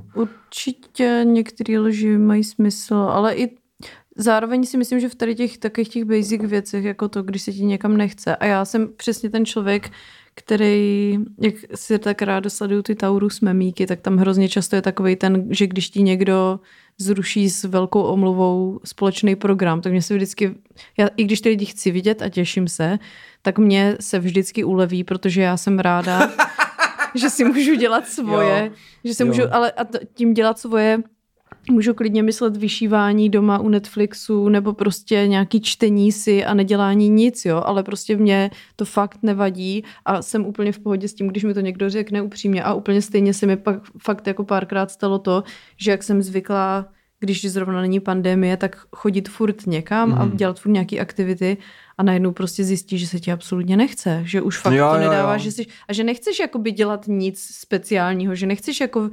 Určitě některé lži mají smysl, ale i zároveň si myslím, že v tady těch takových těch basic věcech, jako to, když se ti někam nechce. A já jsem přesně ten člověk, který, jak si tak rádo sleduju ty Taurus memíky, tak tam hrozně často je takovej ten, že když ti někdo zruší s velkou omluvou společný program, tak mě se vždycky, já, i když ty lidi chci vidět a těším se, tak mě se vždycky uleví, protože já jsem ráda, že si můžu dělat svoje, jo, že si jo. můžu, ale a tím dělat svoje můžu klidně myslet vyšívání doma u Netflixu nebo prostě nějaký čtení si a nedělání nic, jo, ale prostě mě to fakt nevadí a jsem úplně v pohodě s tím, když mi to někdo řekne upřímně a úplně stejně se mi pak fakt jako párkrát stalo to, že jak jsem zvyklá, když zrovna není pandemie, tak chodit furt někam mm. a dělat furt nějaký aktivity a najednou prostě zjistí, že se ti absolutně nechce, že už fakt jo, to nedává, jo, jo. že jsi, a že nechceš jakoby dělat nic speciálního, že nechceš jako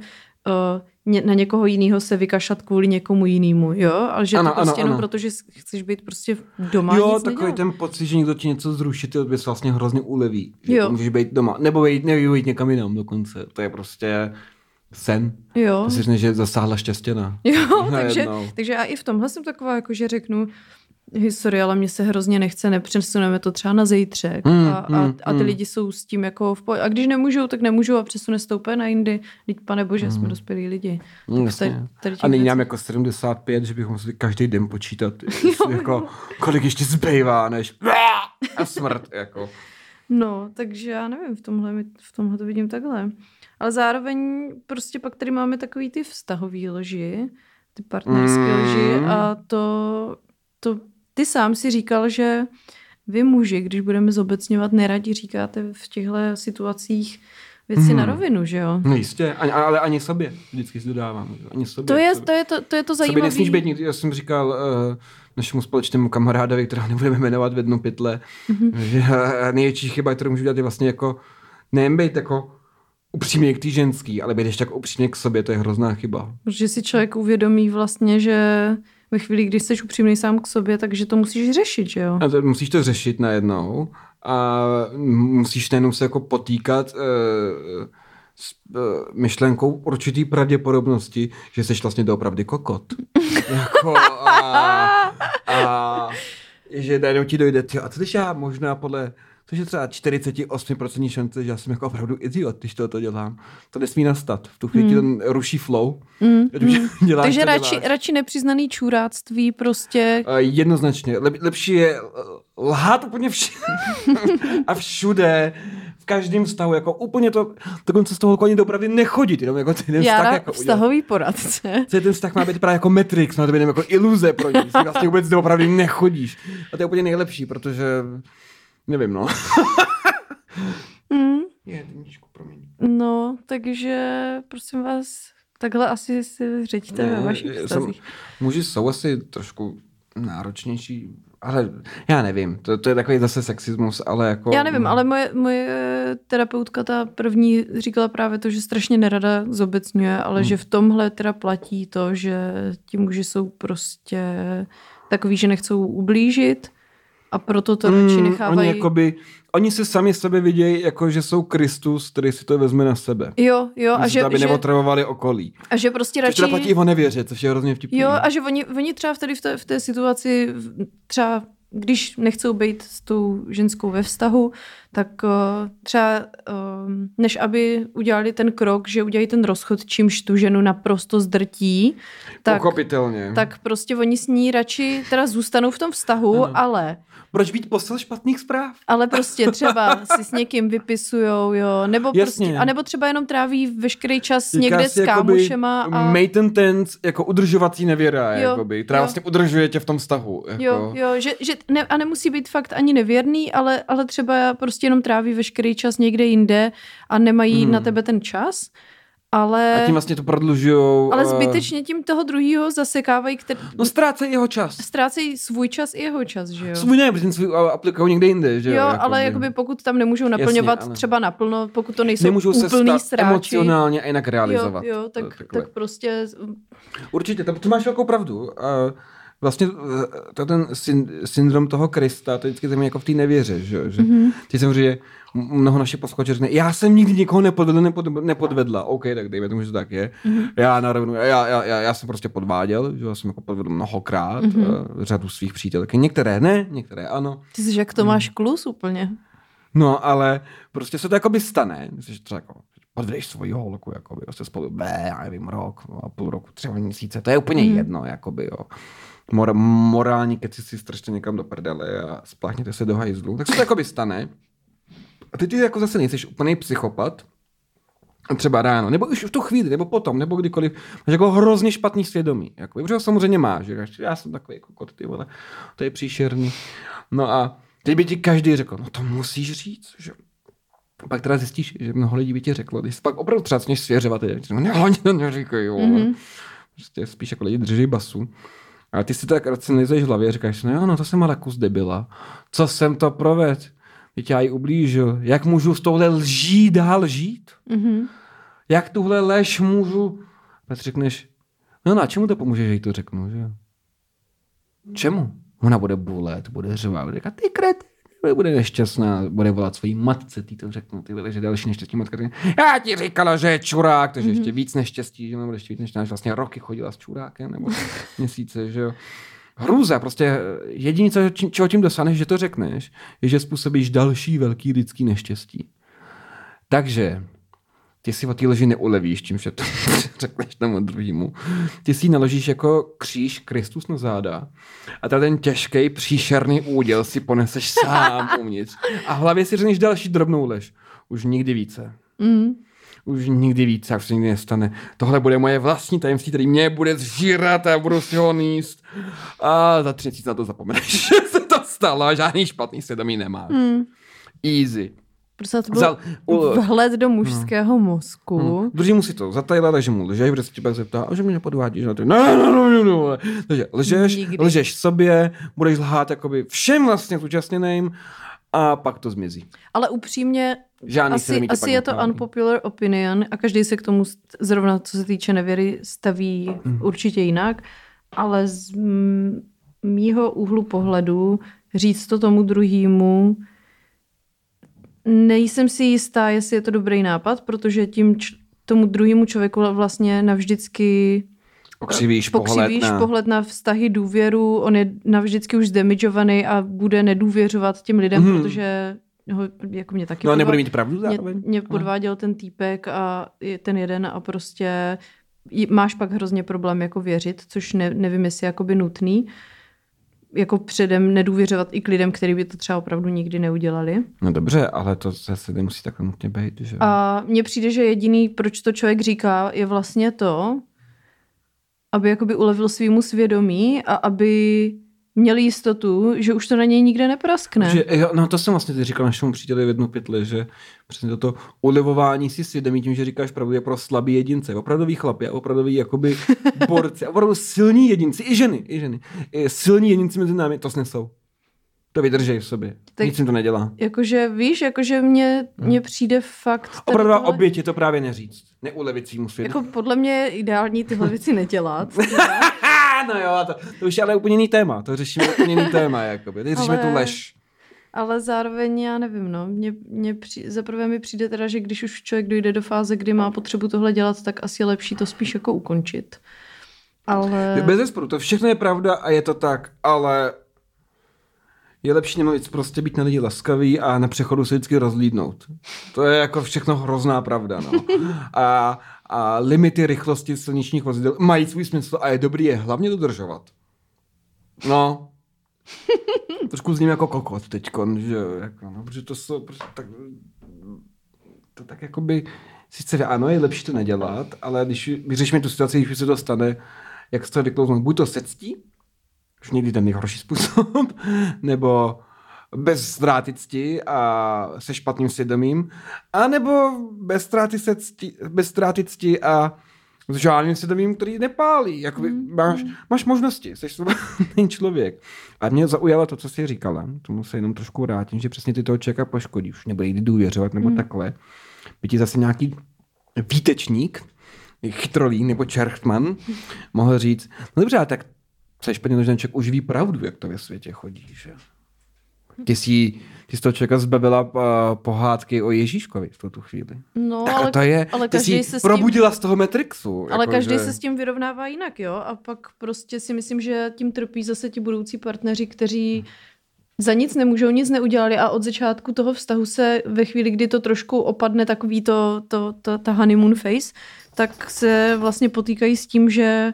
uh, na někoho jiného se vykašlat kvůli někomu jinému, jo? Ale že ano, to prostě ano, jenom proto, že chceš být prostě doma. Jo, nic takový nedělat. Ten pocit, že někdo ti něco zruší, ty bys vlastně hrozně uleví. Že můžeš být doma. Nebo být, nebejít někam jinam dokonce. To je prostě sen. Jo. To si řekne, že zasáhla štěstěna. Jo, takže, takže já i v tomhle jsem taková, jako že řeknu, historie, ale mně se hrozně nechce, nepřesuneme to třeba na zítřek mm, a, a, mm, a ty mm. lidi jsou s tím jako v pohodě. A když nemůžou, tak nemůžou a přesune stoupé na jindy. Teď, pane bože, mm. jsme dospělí lidi. Mm, tady, tady a není nám jako sedmdesát pět, že bychom museli každý den počítat, jo, jako, jo. kolik ještě zbývá, než a smrt. Jako. No, takže já nevím, v tomhle, v tomhle to vidím takhle. Ale zároveň prostě pak tady máme takový ty vztahový lži, ty partnerské mm. lži a to, to ty sám si říkal, že vy muži, když budeme zobecňovat, neradi říkáte v těchto situacích věci hmm. na rovinu, že jo? No jistě, ani, ale ani sobě vždycky si dodávám. Ani sobě. To je to, je to, to, je to zajímavé. Sobě nesmíš být nikdy. Já jsem říkal uh, našemu společnému kamarádovi, kterého nebudeme jmenovat v jednom pytle, mm-hmm. že uh, největší chyba, kterou můžu dělat, je vlastně jako nejen být jako upřímně k té ženský, ale být ještě jako upřímně k sobě, to je hrozná chyba. Protože si člověk uvědomí vlastně, že ve chvíli, když jsi upřímný sám k sobě, takže to musíš řešit, že jo? A to, musíš to řešit najednou a musíš najednou se jako potýkat uh, s uh, myšlenkou určitý pravděpodobnosti, že jsi vlastně doopravdy kokot. jako a, a že najednou ti dojde, tyjo, a co když já možná podle což je třeba čtyřicet osm procent šance, že já jsem jako opravdu idiot, když to dělám. To nesmí nastat. V tu chvíli mm. ti to ruší flow. Mm. Mm. Děláš, Takže radši, radši nepřiznaný čuráctví prostě. Uh, jednoznačně. Lep, lepší je lhát úplně všude. a všude. každém vztahu, jako úplně to, dokonce z toho ani dopravdy nechodit, jenom jako ten Jára, vztah jako vztahový udělat. Poradce. Co ten vztah má být právě jako Matrix, má to být jako iluze pro ní, si vlastně vůbec doopravdy nechodíš. A to je úplně nejlepší, protože, nevím, no. mm. Je, Deníčku, promiň. No, takže, prosím vás, takhle asi si řeďte ve vašich vztazích. Muži jsou asi trošku náročnější, ale já nevím, to, to je takový zase sexismus, ale jako... Já nevím, ale moje, moje terapeutka, ta první, říkala právě to, že strašně nerada zobecňuje, ale hmm. že v tomhle teda platí to, že ti muži jsou prostě takový, že nechcou ublížit a proto to radši hmm, nechávají... Oni, jakoby, oni se sami sebe vidějí, jako že jsou Kristus, který si to vezme na sebe. Jo, jo. A že, aby že, neotravovali okolí. A že prostě radši... Což teda platí o nevěře, což je hrozně vtipný. Jo, a že oni, oni třeba vtedy v té, v té situaci, třeba když nechcou být s tou ženskou ve vztahu, tak uh, třeba uh, než aby udělali ten krok, že udělají ten rozchod, čímž tu ženu naprosto zdrtí, tak, tak prostě oni s ní radši teda zůstanou v tom vztahu, ano. ale... Proč být posel špatných zpráv? Ale prostě třeba si s někým vypisujou, jo, nebo prostě, a nebo třeba jenom tráví veškerý čas Říká někde s kámošema. A... Maintenance, jako udržovací nevěra, jo, jakoby, která jo. vlastně udržuje tě v tom vztahu. Jako... Jo, jo, že, že ne, a nemusí být fakt ani nevěrný, ale, ale třeba prostě jenom tráví veškerý čas někde jinde a nemají hmm. na tebe ten čas. Ale, a tím vlastně to prodlužujou. Ale zbytečně tím toho druhýho zasekávají. Který... No ztrácejí jeho čas. Ztrácejí svůj čas i jeho čas, že jo? Svůj ne, protože svůj aplikují někde jinde, že jo? Jo, jakoby. Ale jakoby pokud tam nemůžou naplňovat Jasně, třeba naplno, pokud to nejsou nemůžou úplný se sráči. Emocionálně a jinak realizovat. Jo, jo, tak, tak prostě... Určitě, to máš velkou pravdu. Vlastně to ten syndrom toho Krista, to je vždycky země jako v té nevěře, že, že mm-hmm. ty samozřejmě mnoho našich posluchačů řekne, já jsem nikdy někoho nepodvedl, nepod, nepodvedla, OK, tak dejme tomu, že to tak je. Mm-hmm. Já narovnu, já, já, já, já jsem prostě podváděl, že já jsem jako podvedl mnohokrát mm-hmm. řadu svých přítel, některé ne, některé ano. Ty jsi jak Tomáš Klus úplně. No, ale prostě se to jakoby stane, myslím, že třeba jako podvedeš svoji holku, jakoby, prostě spolu, bé, já nevím, rok, a půl roku, třeba měsíce, to je úplně mm. jedno, jakoby, jo. Mor- morální keci si strčte někam do prdele a spláchněte se do hajzlu, tak se to jakoby stane. A ty ty jako zase nejsi úplný psychopat, třeba ráno, nebo už v tu chvíli, nebo potom, nebo kdykoliv, máš jako hrozně špatný svědomí, jakoby, protože ho samozřejmě máš, že já jsem takový jako kot, ty vole, to je příšerný. No a teď by ti každý řekl, no to musíš říct, že pak teda zjistíš, že mnoho lidí by ti řeklo, když jsi pak opravdu třeba sněž svěřovat, no ne, oni to neříkají, jo. Mm-hmm. Prostě spíš jako lidi drží basu. A ty si to tak racionalizuješ v hlavě a říkáš, no jo, no to jsem ale kus debila. Co jsem to provedl? Teď já jí ublížil. Jak můžu s touhle lží dál žít? Mm-hmm. Jak tuhle lež můžu? A ty řekneš, no na čemu to pomůže, že jí to řeknu, že? Čemu? Ona bude bulet, bude řvát, bude říkat, ty kret, bude nešťastná, bude volat svojí matce, ty to řeknu, ty vole, že další neštěstí matka řekne, já ti říkala, že je čurák, takže mm-hmm. ještě víc neštěstí, že nebo ještě víc neštěstí, vlastně roky chodila s čurákem, nebo měsíce, že jo. Hrůza, prostě jediné, co, čeho tím dosáhneš, že to řekneš, je, že způsobíš další velký lidský neštěstí. Takže ty si o té lži neulevíš, čím že to řekneš tomu druhému. Ty si ji naložíš jako kříž Kristus na záda a ten těžký příšerný úděl si poneseš sám uvnitř. A v hlavě si řekneš další drobnou lež. Už nikdy více. Mm. Už nikdy více, jak se nikdy nestane. Tohle bude moje vlastní tajemství, který mě bude zžírat a budu si ho níst. A za tři měsíce na to zapomeneš, že se to stalo a žádný špatný svědomí nemáš. Mm. Easy. Prostě to byl uh, vhled do mužského hmm. mozku. Hmm. Drží mu si to za tajle, leží mu lžeš, protože se tě pak zeptá, a že mě nepodvádíš na to. No, no, no, no, no. Takže lžeš, Nikdy. lžeš sobě, budeš lhát jakoby všem vlastně zúčastněným a pak to zmizí. Ale upřímně, Žádný asi, asi je to unpopular opinion a každý se k tomu zrovna, co se týče nevěry, staví hmm. určitě jinak, ale z mýho úhlu pohledu říct to tomu druhému, nejsem si jistá, jestli je to dobrý nápad, protože tím č- tomu druhému člověku vlastně navždycky pokřivíš, pokřivíš pohled, na... pohled na vztahy, důvěru, on je navždycky už zdamagovaný a bude nedůvěřovat těm lidem, hmm. protože ho, jako mě taky no, podváděl, nebude mít pravdu zároveň. Mě, mě podváděl ten týpek a ten jeden a prostě máš pak hrozně problém jako věřit, což ne, nevím, jestli je jakoby nutný. jako předem nedůvěřovat i k lidem, kteří by to třeba opravdu nikdy neudělali. No dobře, ale to zase nemusí takhle nutně být, že? A mně přijde, že jediný, proč to člověk říká, je vlastně to, aby jakoby ulevil svýmu svědomí a aby měl jistotu, že už to na něj nikde nepraskne. Že, jo, no to jsem vlastně teď říkal našemu příteli v jednu pytli, že přesně toto ulevování si svědomí tím, že říkáš pravdu, je pro slabý jedince. Opravdový chlapy a opravdový jakoby borci. A opravdu silní jedinci, i ženy, i ženy. I silní jedinci mezi námi to snesou. To vydržej v sobě. Tak nic jim to nedělá. Jakože víš, jakože mně, mně přijde fakt... Opravdu tohle... oběť je to právě neříct. Neulevit svýmu svědomí. Jako podle mě je ideální tyhle věci nedělat. No jo, to, to už je ale úplně jiný téma. To řešíme úplně jiný téma. Jakoby. Teď řešíme ale, tu lež. Ale zároveň já nevím, no. Mně, mně při, zaprvé mi přijde teda, že když už člověk dojde do fáze, kdy má potřebu tohle dělat, tak asi je lepší to spíš jako ukončit. Ale... Bez zesporu, to všechno je pravda a je to tak, ale je lepší nemluvit, prostě být na lidi laskavý a na přechodu se vždycky rozlídnout. To je jako všechno hrozná pravda, no. A, a limity rychlosti silničních vozidel mají svůj smysl a je dobrý je hlavně dodržovat. No. Trošku zním jako kokot teďkon, že jo, jako, no, protože to jsou, prostě tak, to tak jakoby, sice ano, je lepší to nedělat, ale když vyřešíme tu situaci, když se to stane, jak se to vyklouznout, buď to se ctí, už někdy ten nejhorší způsob, nebo bez ztráty cti a se špatným svědomím, anebo bez ztráty, se cti, bez ztráty cti a s žádným svědomím, který nepálí. Jakoby mm. máš, máš možnosti, jsi svobodný člověk. A mě zaujalo to, co jsi říkala, tomu se jenom trošku vrátím, že přesně ty toho člověka poškodí, už nebude jít důvěřovat nebo mm. takhle. By ti zase nějaký výtečník, chytrolí nebo čerchtman mohl říct, no dobře, tak se špatně, že ten člověk už ví pravdu, jak to ve světě chodí, že? Ty jsi, ty jsi toho člověka zbavila uh, pohádky o Ježíškovi v tu chvíli. No, tak ale, to je, ale ty jsi se probudila tím, z toho Matrixu. Ale jako, každý že... se s tím vyrovnává jinak, jo? A pak prostě si myslím, že tím trpí zase ti budoucí partneři, kteří za nic nemůžou, nic neudělali a od začátku toho vztahu se ve chvíli, kdy to trošku opadne takový to, to, to, ta honeymoon phase, tak se vlastně potýkají s tím, že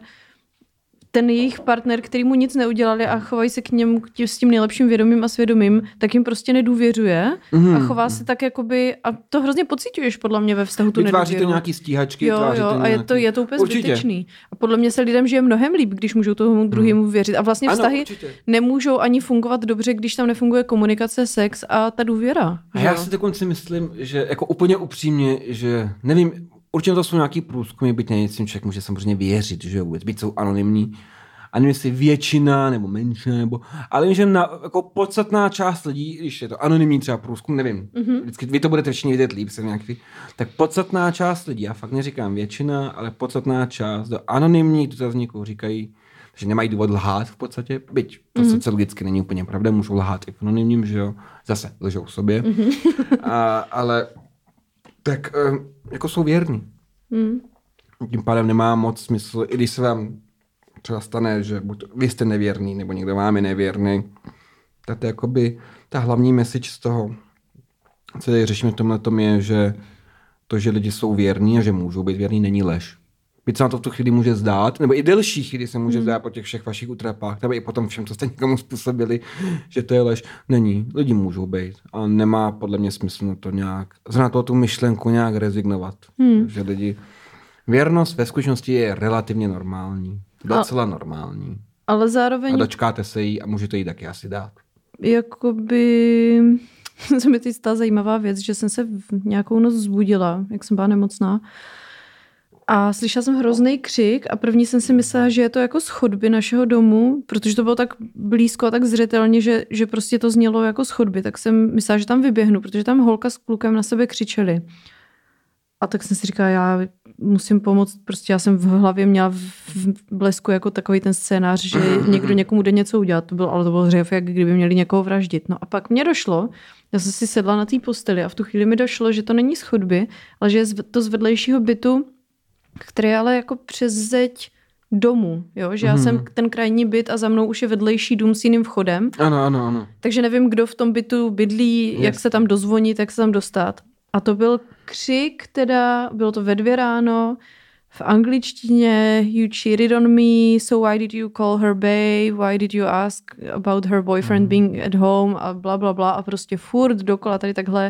ten jejich partner, který mu nic neudělali a chovají se k němu s tím nejlepším vědomím a svědomím, tak jim prostě nedůvěřuje mm. a chová se tak jakoby, a to hrozně pociťuješ podle mě ve vztahu tu nedůvěru. Vytváří to nějaký stíhačky. Jo, jo, a je to, je to úplně určitě zbytečný. A podle mě se lidem žije mnohem líp, když můžou tomu druhému mm. věřit. A vlastně vztahy ano, nemůžou ani fungovat dobře, když tam nefunguje komunikace, sex a ta důvěra. A já si dokonce myslím, že jako úplně upřímně, že nevím, určitě to jsou nějaký průzkumy, byť nejicím člověk může samozřejmě věřit, že vůbec, byť jsou anonymní. A nevím, jestli většina nebo menší, nebo, ale vím, že na, jako podstatná část lidí, když je to anonymní třeba průzkum, nevím, mm-hmm. vždycky vy to budete všichni vidět líp, se nějaký, tak podstatná část lidí, já fakt neříkám většina, ale podstatná část do anonymních dotazníků říkají, že nemají důvod lhát v podstatě, byť to mm-hmm. sociologicky není úplně pravda, můžou lhát i v anonymním, že jo, zase lžou sobě, mm-hmm. a, ale tak jako jsou věrní. Mm. Tím pádem nemá moc smysl, i když se vám třeba stane, že buď vy jste nevěrný, nebo někdo vám je nevěrný, tak to je jakoby ta hlavní message z toho, co tady řešíme v tomhletom je, že to, že lidi jsou věrní a že můžou být věrní, není lež. Byť se na to v tu chvíli může zdát, nebo i delší chvíli se může zdát po těch všech vašich utrapách, nebo i po tom všem, co jste někomu způsobili, že to je lež. Není. Lidi můžou být. A nemá podle mě smysl na to nějak, zrovna toho tu myšlenku nějak rezignovat. Hmm. Že lidi... Věrnost ve skutečnosti je relativně normální. Docela a, normální. Ale zároveň... A dočkáte se jí a můžete jí taky asi dát. Jakoby... se mi teď stala zajímavá věc, že jsem se v nějakou noc vzbudila, jak jsem byla nemocná. A slyšela jsem hrozný křik a první jsem si myslela, že je to jako z chodby našeho domu, protože to bylo tak blízko a tak zřetelně, že, že prostě to znělo jako z chodby. Tak jsem myslela, že tam vyběhnu, protože tam holka s klukem na sebe křičeli. A tak jsem si říkala, já musím pomoct, prostě já jsem v hlavě měla v blesku jako takový ten scénář, že někdo někomu jde něco udělat, to bylo, ale to bylo řev, jak kdyby měli někoho vraždit. No a pak mě došlo, já jsem si sedla na té posteli a v tu chvíli mi došlo, že to není z chodby, ale že je to z vedlejšího bytu, který je ale jako přes zeď domu, jo? Že já hmm. jsem ten krajní byt a za mnou už je vedlejší dům s jiným vchodem. Ano, ano, ano. Takže nevím, kdo v tom bytu bydlí, yes. jak se tam dozvonit, jak se tam dostat. A to byl křik, teda bylo to ve dvě ráno, v angličtině you cheated on me, so why did you call her babe, why did you ask about her boyfriend mm. being at home a bla, bla, bla a prostě furt dokola tady takhle,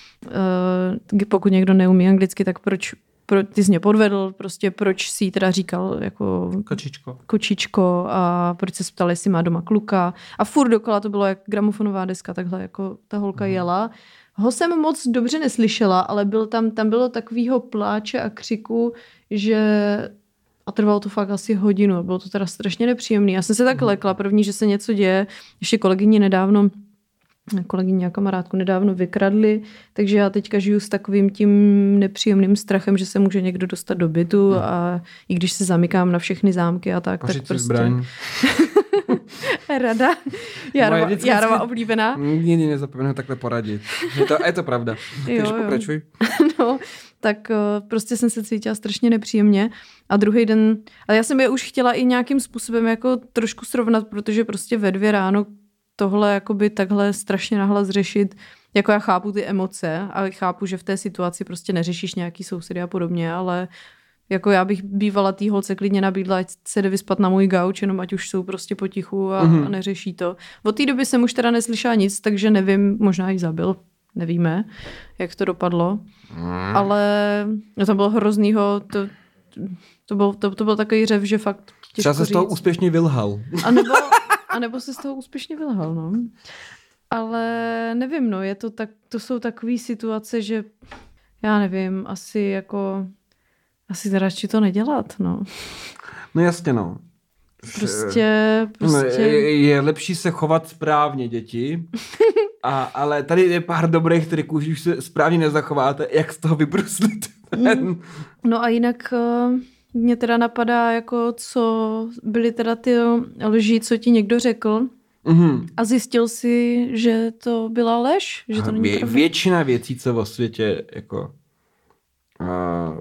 uh, pokud někdo neumí anglicky, tak proč Pro, ty jsi mě podvedl, prostě proč jsi teda říkal jako kočičko. kočičko a proč se ptal, jestli má doma kluka a furt dokola to bylo jak gramofonová deska, takhle jako ta holka mm. jela. Ho jsem moc dobře neslyšela, ale byl tam, tam bylo takovýho pláče a křiku, že a trvalo to fakt asi hodinu, bylo to teda strašně nepříjemný. Já jsem se tak lekla první, že se něco děje, ještě kolegyni nedávno kolegyně a kamarádku nedávno vykradli, takže já teďka žiju s takovým tím nepříjemným strachem, že se může někdo dostat do bytu no. a i když se zamykám na všechny zámky a tak, Pořiď tak prostě... zbraň. Rada. Járova, Járova oblíbená. Nikdy nezapomenu takhle poradit. Je to, je to pravda. Jo, takže pokračuj. No, tak uh, prostě jsem se cítila strašně nepříjemně a druhý den, ale já jsem je už chtěla i nějakým způsobem jako trošku srovnat, protože prostě ve dvě ráno tohle jakoby takhle strašně nahlas řešit, jako já chápu ty emoce a chápu, že v té situaci prostě neřešíš nějaký sousedy a podobně, ale jako já bych bývala tý holce klidně nabídla, ať se jde vyspat na můj gauč, jenom ať už jsou prostě potichu a, mm-hmm. a neřeší to. Od té doby jsem už teda neslyšela nic, takže nevím, možná ji zabil, nevíme, jak to dopadlo, mm. ale no to bylo hroznýho, to, to, byl, to, to byl takový řev, že fakt těžko třeba se říct. z toho úspěšně vylhal. A nebo... A nebo se z toho úspěšně vylhal, no. Ale nevím, no, je to tak, to jsou takové situace, že já nevím, asi jako, asi radši to nedělat, no. No jasně, no. Prostě, prostě... No, je, je lepší se chovat správně, děti, a, ale tady je pár dobrých triků, že už se správně nezachováte, jak z toho vybruslit. Mm. No a jinak... Mě teda napadá, jako co byly teda ty lži, co ti někdo řekl mm-hmm. a zjistil si, že to byla lež, že to není pravda. Většina věcí, co o světě jako uh,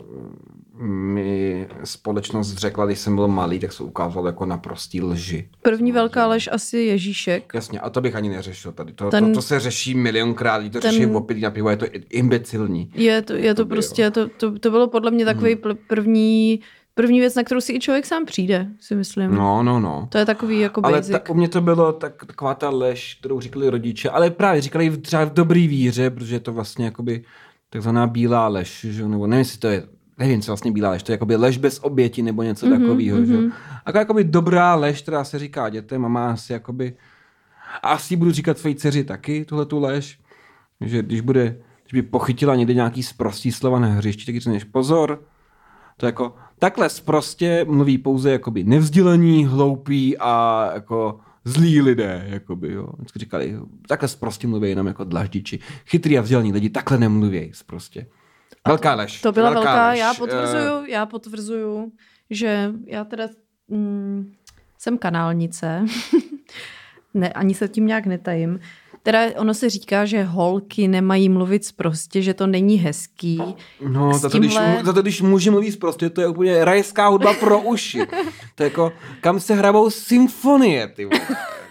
mi společnost řekla, když jsem byl malý, tak se ukázalo jako naprostý lži. První velká lež asi Ježíšek. Jasně, a to bych ani neřešil tady. To, ten, to, to se řeší milionkrát, to ten, řeší opět na pivo, je to imbecilní. Je to, je to, to prostě, to, to, to bylo podle mě takový mm. první... První věc, na kterou si i člověk sám přijde, si myslím. No, no, no. To je takový jako basic. Ale ta, u mě to bylo tak, taková ta lež, kterou říkali rodiče, ale právě říkali třeba v dobrý víře, protože je to vlastně jakoby takzvaná bílá lež, že? Nebo nevím, jestli to je, nevím, co vlastně bílá lež, to je jakoby lež bez oběti nebo něco mm-hmm, takového, mm-hmm. že? A jakoby dobrá lež, která se říká dětem a má asi jakoby, a asi budu říkat své dceři taky tuhletu lež, že když bude, když by pochytila někde nějaký sprostý slova na hřišti, tak řekneš pozor, to jako takhle prostě mluví pouze jakoby nevzdělaní, hloupí a jako zlí lidé, jakoby, jo. Vždycky říkali, takhle prostě mluví jenom jako dlaždiči. Chytrý a vzdělaní lidi takhle nemluví prostě. Velká lež. To byla velká velká, lež. já potvrzuju, uh... já potvrzuju, že já teda mm, jsem kanálnice, ne, ani se tím nějak netajím. Teda ono se říká, že holky nemají mluvit sprostě, že to není hezký. No, za to, tímhle... když, za to, když muži mluví sprostě, to je úplně rajská hudba pro uši. To je jako, kam se hrabou symfonie, ty vole.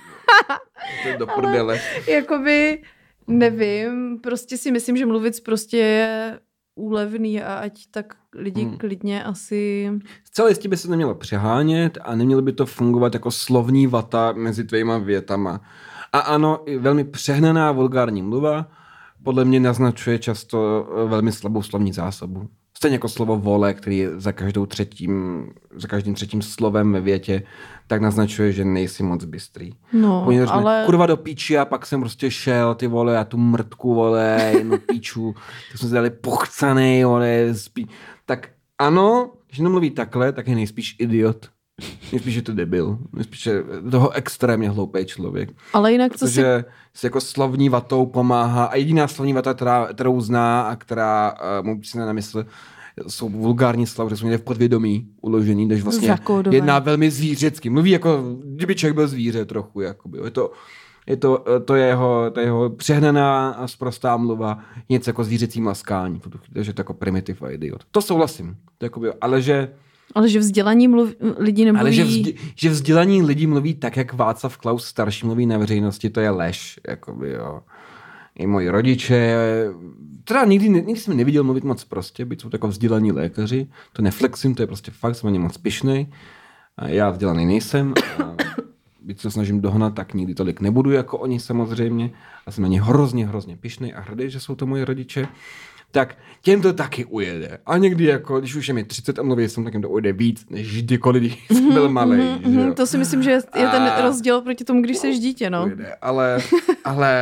To je do prdele. Jakoby, nevím, prostě si myslím, že mluvit sprostě je úlevný a ať tak lidi hmm. klidně asi... Zcela jistě by se nemělo přehánět a nemělo by to fungovat jako slovní vata mezi tvýma větama. A ano, velmi přehnaná vulgární mluva podle mě naznačuje často velmi slabou slovní zásobu. Stejně jako slovo vole, který je za, každou třetím, za každým třetím slovem ve větě, tak naznačuje, že nejsi moc bystrý. No, řekne, ale... kurva do píči a pak jsem prostě šel, ty vole, a tu mrtku, vole, jednu píču, tak jsme se dali pochcanej, vole, spí... Tak ano, když nemluví takhle, tak je nejspíš idiot. Nejspíš je to debil. Nejspíš je toho extrémně hloupý člověk. Ale jinak co si... Protože si jako slovní vatou pomáhá a jediná slovní vata, která, kterou zná a která uh, mu přijde na mysl, jsou vulgární slova, které jsou někde v podvědomí uložený, když vlastně Zakódové. jedná velmi zvířecky. Mluví jako, kdyby člověk byl zvíře trochu. Jakoby. Je to, je to, to je jeho, to je jeho přehnaná a sprostá mluva, něco jako zvířecí maskání. Takže to jako primitive a idiot. To souhlasím. To jakoby, ale že Ale že vzdělaní mluv, lidi nemluví... Ale že, vzdě, že vzdělaní lidi mluví tak, jak Václav Klaus starší mluví na veřejnosti, to je lež. Jakoby, jo. i moji rodiče, teda nikdy, nikdy jsem neviděl mluvit moc prostě, byť jsou takový vzdělaní lékaři, to neflexím, to je prostě fakt, jsem ani moc pyšnej. A já vzdělaný nejsem, a byť se snažím dohnat, tak nikdy tolik nebudu jako oni samozřejmě. A jsem na ně hrozně, hrozně pyšnej a hrdý, že jsou to moji rodiče. Tak těm to taky ujede. A někdy, jako, když už je mi třicet a mluví jsem, tak jim to ujede víc, než kdykoliv, když jsem byl malej. Mm-hmm, to si myslím, že je ten a... rozdíl proti tomu, když jsi dítě, no. Ujede. Ale, ale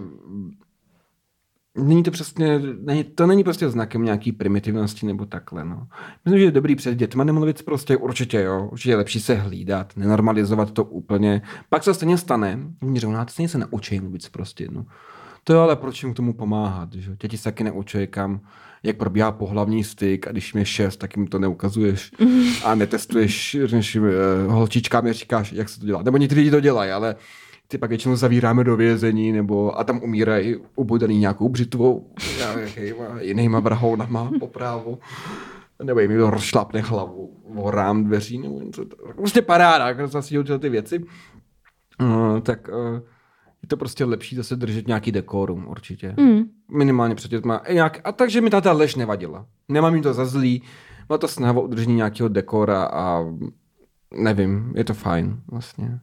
není to přesně, není, to není prostě znakem nějaký primitivnosti nebo takhle, no. Myslím, že je dobrý před dětma nemluvit prostě, určitě, jo. Určitě je lepší se hlídat, nenormalizovat to úplně. Pak se stejně stane, mě řeknou, no, stejně se naučí mluvit prostě, no. To je ale proč jim k tomu pomáhat, že? Děti se taky neučí, kam, jak probíhá pohlavní styk a když mi je šest, tak jim to neukazuješ a netestuješ, řekneš jim, holčičkám je říkáš, jak se to dělá. Nebo někteří lidi to dělají, ale ty pak většinou zavíráme do vězení nebo a tam umírají ubodaný nějakou břitvou, jinýma vrhounama po právu. Nebo jim to rozšlapne hlavu o rám dveří, nebo něco. Prostě paráda, jak zase dělat ty věci. Uh, tak... Uh, je to prostě lepší zase držet nějaký dekorum, určitě. Mm. Minimálně před dětma. A takže mi ta lež nevadila. Nemám jim to za zlý. Byla to snaha o udržení nějakého dekora a nevím, je to fajn vlastně.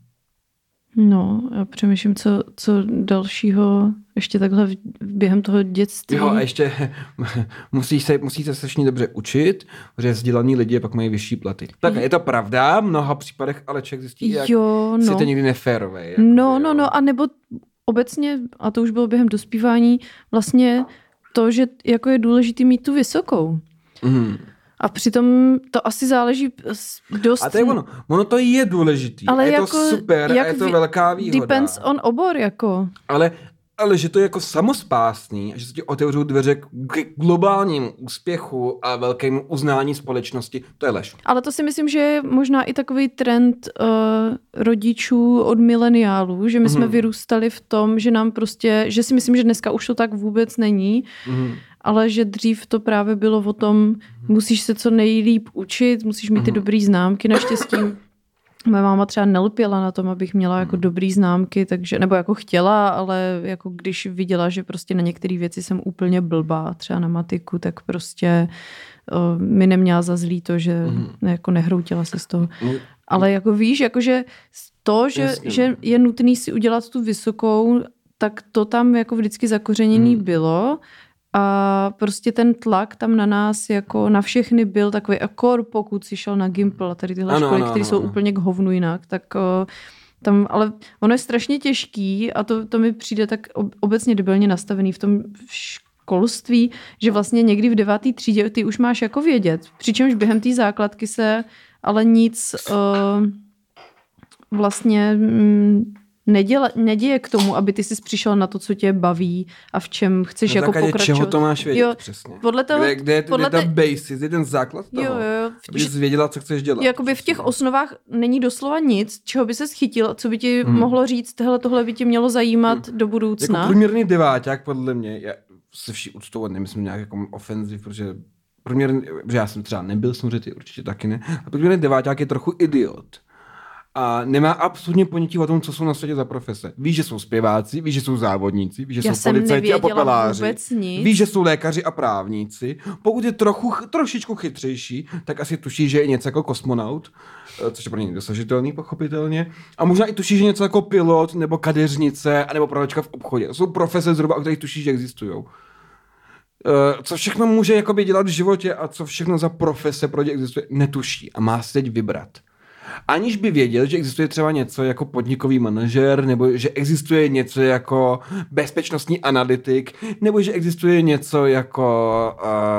No, já přemýšlím, co, co dalšího ještě takhle během toho dětství. Jo, a ještě musí se, musí se strašně dobře učit, že vzdělaní lidi pak mají vyšší platy. Tak je to pravda, v mnoha případech, ale člověk zjistí, jak jo, no. si to někdy neférovej. Jako no, no, no, a nebo obecně, a to už bylo během dospívání, vlastně to, že jako je důležitý mít tu vysokou. Mm. A přitom to asi záleží dost... A to je ono. Ono to je důležitý. Ale je jako, to super a je to velká výhoda. Depends on obor, jako. Ale, ale že to je jako samospásný, že se ti otevřou dveře k globálnímu úspěchu a velkému uznání společnosti, to je lež. Ale to si myslím, že je možná i takový trend uh, rodičů od mileniálů, že my mm. jsme vyrůstali v tom, že nám prostě, že si myslím, že dneska už to tak vůbec není, mm. ale že dřív to právě bylo o tom, musíš se co nejlíp učit, musíš mít ty dobrý známky, naštěstí. Moje máma třeba nelpěla na tom, abych měla jako dobrý známky, takže, nebo jako chtěla, ale jako když viděla, že prostě na některé věci jsem úplně blbá, třeba na matiku, tak prostě uh, mi neměla za zlý to, že mm. jako nehroutila se z toho. Mm. Ale jako víš, jakože to, že, že je nutný si udělat tu vysokou, tak to tam jako vždycky zakořeněný mm. bylo. A prostě ten tlak tam na nás jako na všechny byl takový akor, pokud si šel na Gimpl a tady tyhle ano, školy, které jsou úplně k hovnu jinak, tak uh, tam, ale ono je strašně těžký a to, to mi přijde tak obecně debilně nastavený v tom školství, že vlastně někdy v devátý třídě ty už máš jako vědět, přičemž během té základky se ale nic uh, vlastně... Mm, Neděle, neděje k tomu, aby ty jsi přišel na to, co tě baví a v čem chceš no, jako pokračovat. Čeho to máš vědět jo, přesně? Podle toho, kde, kde je, podle kde je ta basis, je ten základ toho, jo, jo, aby jsi věděla, co chceš dělat. Jakoby v těch osnovách není doslova nic, čeho by se chytil, co by ti hmm. mohlo říct, hele, tohle by tě mělo zajímat hmm. do budoucna. Jako průměrný deváťák, podle mě, já se vší úctou nemyslím nějak jako ofenziv, protože průměrný, že já jsem třeba nebyl, samozřejmě ty určitě taky ne, a průměrný deváťák je trochu idiot. A nemá absolutně ponětí o tom, co jsou na světě za profese. Víš, že jsou zpěváci, víš, že jsou závodníci, víš, že Já jsou policajti a popeláři. Nic. Víš, že jsou lékaři a právníci. Pokud je trochu, trošičku chytřejší, tak asi tuší, že je něco jako kosmonaut, což je pro něj dosažitelný, pochopitelně. A možná i tuší, že něco jako pilot, nebo kadeřnice, nebo prodavačka v obchodě. To jsou profese zhruba, o kterých tuší, že existují. Co všechno může jakoby dělat v životě a co všechno za profese pro ně existuje, netuší a má se teď vybrat. Aniž by věděl, že existuje třeba něco jako podnikový manažer, nebo že existuje něco jako bezpečnostní analytik, nebo že existuje něco jako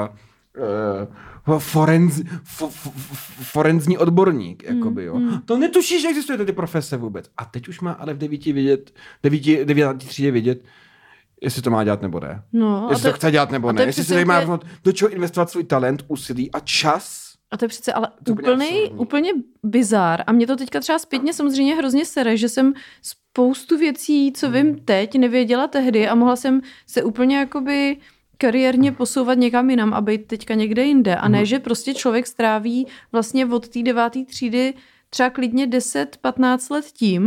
uh, uh, forenz, fo, fo, forenzní odborník. Jakoby, jo. Mm, mm. To netuší, že existuje ty profese vůbec. A teď už má ale v devíti vědět, devíti, devátý třídě vědět, jestli to má dělat nebo ne. No, jestli to, to chce dělat nebo ne. Jestli se má rozhodnout, do čeho investovat svůj talent, úsilí a čas. A to je přece ale úplnej, úplně bizár. A mě to teďka třeba zpětně samozřejmě hrozně sere, že jsem spoustu věcí, co vím teď, nevěděla tehdy a mohla jsem se úplně jakoby kariérně posouvat někam jinam a být teďka někde jinde. A ne, že prostě člověk stráví vlastně od té deváté třídy třeba klidně deset patnáct let tím,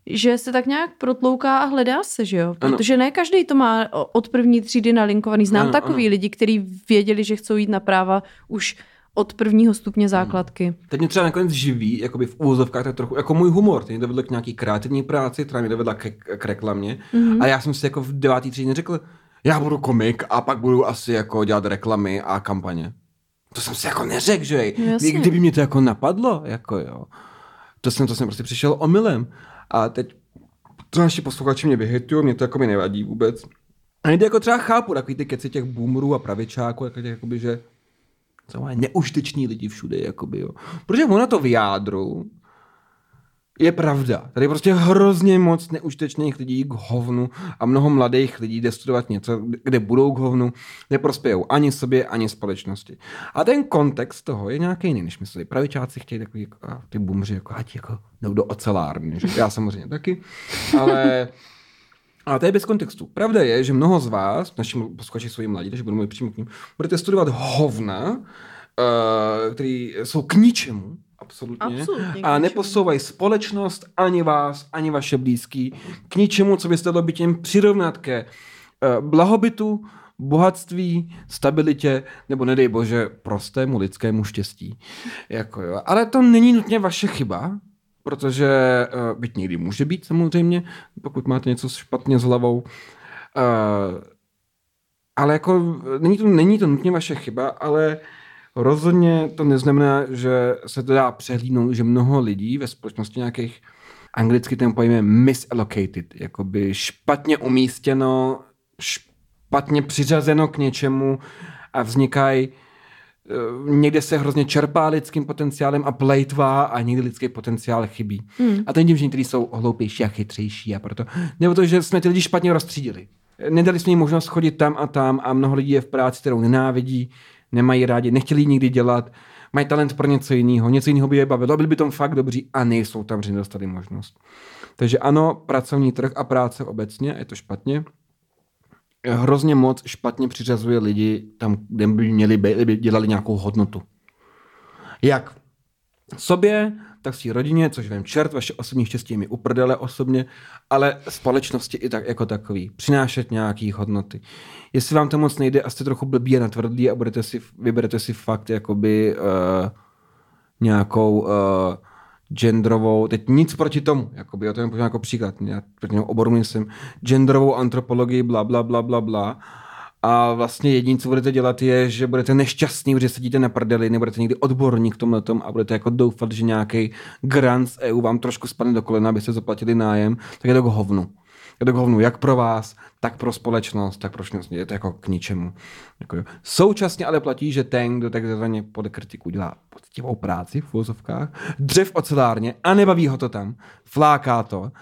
že se tak nějak protlouká a hledá se, že jo? Protože ne každý to má od první třídy nalinkovaný. Znám ano, takový ano. lidi, kteří věděli, že chcou jít na práva už od prvního stupně základky. Hmm. Teď mě třeba nakonec živí, jakoby v úvozovkách, tak trochu, jako můj humor, teď mě dovedl k nějaký kreativní práci, která mě dovedla k, k reklamě. Hmm. A já jsem si jako v devátý třídě neřekl, já budu komik a pak budu asi jako dělat reklamy a kampaně. To jsem si jako neřekl, že no, kdyby mě to jako napadlo, jako jo. To jsem, to jsem prostě přišel omylem. A teď to naši posluchači mě vyhejtují, mě to jako mi nevadí vůbec. A někdy jako třeba chápu takový ty keci těch boomerů a pravičáků, jako těch, jakoby, že jsou neužiteční lidi všude, jakoby, jo. Protože ono to v jádru je pravda. Tady je prostě hrozně moc neužitečných lidí k hovnu a mnoho mladých lidí jde studovat něco, kde budou k hovnu, neprospějou ani sobě, ani společnosti. A ten kontext toho je nějaký jiný, než mysleli. Pravičáci chtějí takový, jako, ty bumři, jako ať jako jdou do ocelárny, že? Já samozřejmě taky, ale... Ale to je bez kontextu. Pravda je, že mnoho z vás, naši posluchači jsou mladí, takže budu mluvit přímo k ním, budete studovat hovna, uh, který jsou k ničemu, absolutně, absolutně a neposouvají společnost, ani vás, ani vaše blízký, k ničemu, co byste dalo být jen přirovnat ke uh, blahobytu, bohatství, stabilitě, nebo nedej bože, prostému lidskému štěstí. Jako jo. Ale to není nutně vaše chyba, protože uh, byť někdy může být samozřejmě, pokud máte něco špatně s hlavou. Uh, ale jako není to, není to nutně vaše chyba, ale rozhodně to neznamená, že se to dá přehlídnout, že mnoho lidí ve společnosti nějakých, anglicky ten pojem je misallocated, jakoby špatně umístěno, špatně přiřazeno k něčemu a vznikají někde se hrozně čerpá lidským potenciálem a plejtvá a někdy lidský potenciál chybí. Hmm. A to je tím, že někteří jsou hloupější a chytřejší a proto. Nebo to, že jsme ty lidi špatně rozstřídili. Nedali jsme jim možnost chodit tam a tam a mnoho lidí je v práci, kterou nenávidí, nemají rádi, nechtěli nikdy dělat, mají talent pro něco jiného, něco jiného by je bavilo, byli by tom fakt dobří a nejsou tam, že nedostali možnost. Takže ano, pracovní trh a práce obecně, je to špatně. Hrozně moc špatně přiřazuje lidi tam, kde by měli být, by dělali nějakou hodnotu. Jak sobě, tak svý rodině, což vím čert, vaše osobní štěstí mi uprdele osobně, ale společnosti i tak jako takový. Přinášet nějaký hodnoty. Jestli vám to moc nejde a jste trochu blbý a natvrdlí a budete si, vyberete si fakt jakoby uh, nějakou uh, genderovou, teď nic proti tomu, jakoby, já to jen jako příklad, já proti němu oboru myslím, genderovou antropologii, bla, bla, bla, bla, bla. A vlastně jediné, co budete dělat, je, že budete nešťastní, protože sedíte na prdeli, nebudete někdy odborník v tomhletom a budete jako doufat, že nějaký grant z E U vám trošku spadne do kolena, abyste zaplatili nájem, tak je to k hovnu. Je to k hovnu jak pro vás, tak pro společnost, tak pro všechno, je to jako k ničemu. Jako, současně ale platí, že ten, kdo takzvaně pod kritiku dělá poctivou práci v uvozovkách, dřev ocelárně a nebaví ho to tam, fláká to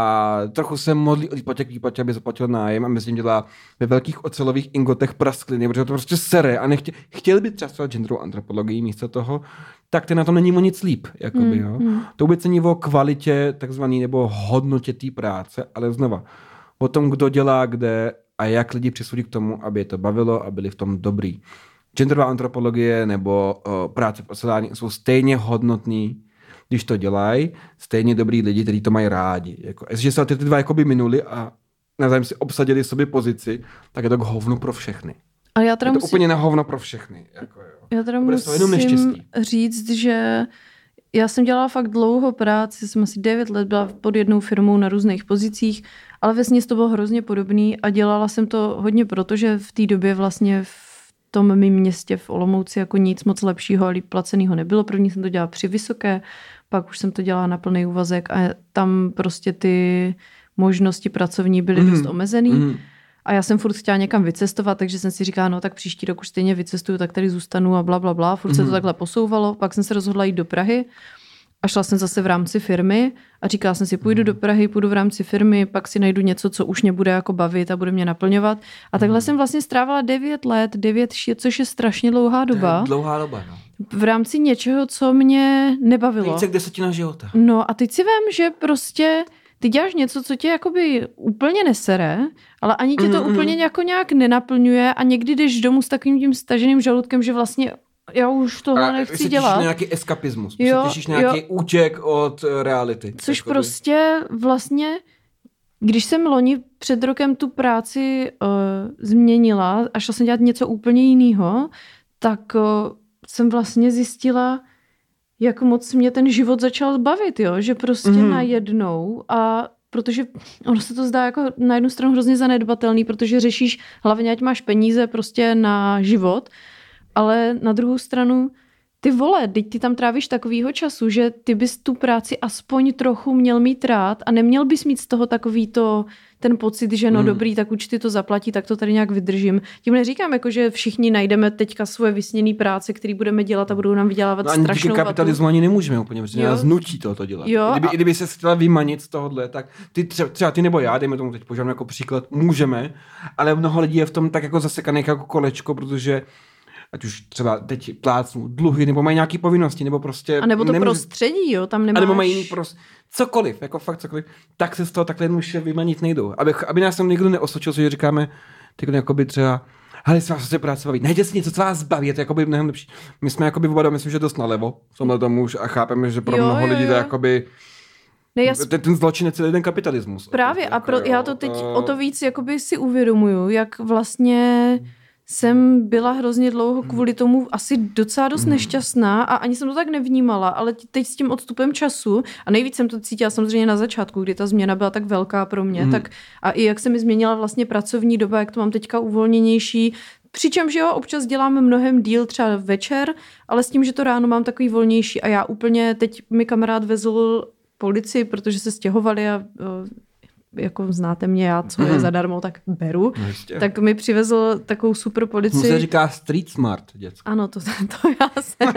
a trochu se modlí o výplatě k výplatě, aby zaplatil nájem a mezi tím dělá ve velkých ocelových ingotech praskliny, protože to prostě sere a nechtě, chtěl by třeba studovat genderovou antropologii místo toho, tak ten na tom není o nic líp. Jakoby, jo. Mm, mm. To vůbec není o kvalitě takzvaný nebo hodnotě té práce, ale znova o tom, kdo dělá kde a jak lidi přisudí k tomu, aby je to bavilo a byli v tom dobrý. Genderová antropologie nebo o, práce v ocelárně jsou stejně hodnotný, když to dělají, stejně dobrý lidi, kteří to mají rádi. Jako, jestliže se ty dva jakoby minuli a navzájem si obsadili sobě pozici, tak je to k hovnu pro všechny. Ale já teda je to musím... úplně na hovno pro všechny. Jako, jo. Já teda musím říct, že já jsem dělala fakt dlouho práci, jsem asi devět let byla pod jednou firmou na různých pozicích, ale vesměs to bylo hrozně podobný a dělala jsem to hodně proto, že v té době vlastně v tom mým městě v Olomouci jako nic moc lepšího a líp placenýho nebylo. První jsem to dělala při Vysoké, pak už jsem to dělala na plný úvazek a tam prostě ty možnosti pracovní byly mm. dost omezený. Mm. A já jsem furt chtěla někam vycestovat, takže jsem si říkala, no tak příští rok už stejně vycestuju, tak tady zůstanu a bla, bla, bla. Furt mm. se to takhle posouvalo. Pak jsem se rozhodla jít do Prahy a šla jsem zase v rámci firmy a říkala jsem si, půjdu do Prahy, půjdu v rámci firmy, pak si najdu něco, co už mě bude jako bavit a bude mě naplňovat. A takhle mm. jsem vlastně strávila devět let, devět, což je strašně dlouhá doba. Dlouhá doba, no. V rámci něčeho, co mě nebavilo. Více k desetina života. No a teď si vem, že prostě ty děláš něco, co tě jakoby úplně nesere, ale ani tě to mm, úplně jako nějak nenaplňuje a někdy jdeš domů s takovým tím staženým žaludkem, že vlastně já už tohle nechci se dělat. Těšíš na nějaký eskapismus, jo, se těšíš na nějaký jo. útěk od reality. Což jakoby. Prostě vlastně, když jsem loni před rokem tu práci uh, změnila a šla jsem dělat něco úplně jiného, tak uh, jsem vlastně zjistila, jak moc mě ten život začal bavit, jo? Že prostě mm. najednou a protože ono se to zdá jako na jednu stranu hrozně zanedbatelný, protože řešíš hlavně, ať máš peníze prostě na život, ale na druhou stranu ty vole, teď ty tam trávíš takovýho času, že ty bys tu práci aspoň trochu měl mít rád a neměl bys mít z toho takový to, ten pocit, že no mm. dobrý, tak účty to zaplatí, tak to tady nějak vydržím. Tím neříkám, jako, že všichni najdeme teďka svoje vysněné práce, které budeme dělat a budou nám vydělávat no, strašnou vatu. Kapitalismu ani nemůžeme úplně, protože nás nutí to, to dělat. Jo, kdyby, a... kdyby se chtěla vymanit z tohohle, tak ty třeba, třeba ty nebo já, dejme tomu teď požádám jako příklad, můžeme, ale mnoho lidí je v tom tak jako zasekaných jako kolečko, protože ať už třeba teď plácnou dluhy, nebo mají nějaké povinnosti, nebo prostě... A nebo to nemůže... prostředí, jo, tam nemáš... A nebo mají jiný prost... Cokoliv, jako fakt cokoliv, tak se z toho takhle jednoduše vymanit nejdou. Aby, aby nás tam někdo neosočil, že říkáme, tak jakoby třeba, hele, se vás se práce baví, najděte si něco, co vás baví, je to jakoby mnohem lepší. My jsme jakoby oba, myslím, že dost nalevo, v tomhle tomu už a chápeme, že pro jo, mnoho jo, lidí to je jakoby... Ne, já... ten, ten zločin je celý ten kapitalismus. Právě jako, a pro, já to teď uh... o to víc jakoby si uvědomuju, jak vlastně... jsem byla hrozně dlouho kvůli tomu asi docela dost nešťastná a ani jsem to tak nevnímala, ale teď s tím odstupem času a nejvíc jsem to cítila samozřejmě na začátku, kdy ta změna byla tak velká pro mě, mm. tak a i jak se mi změnila vlastně pracovní doba, jak to mám teďka uvolněnější, přičemž jo, občas děláme mnohem díl třeba večer, ale s tím, že to ráno mám takový volnější a já úplně, teď mi kamarád vezl policii, protože se stěhovali a jako znáte mě, já co je zadarmo, tak beru. Ještě. Tak mi přivezl takovou super policii. To se říká street smart, děcko. Ano, to, to já jsem.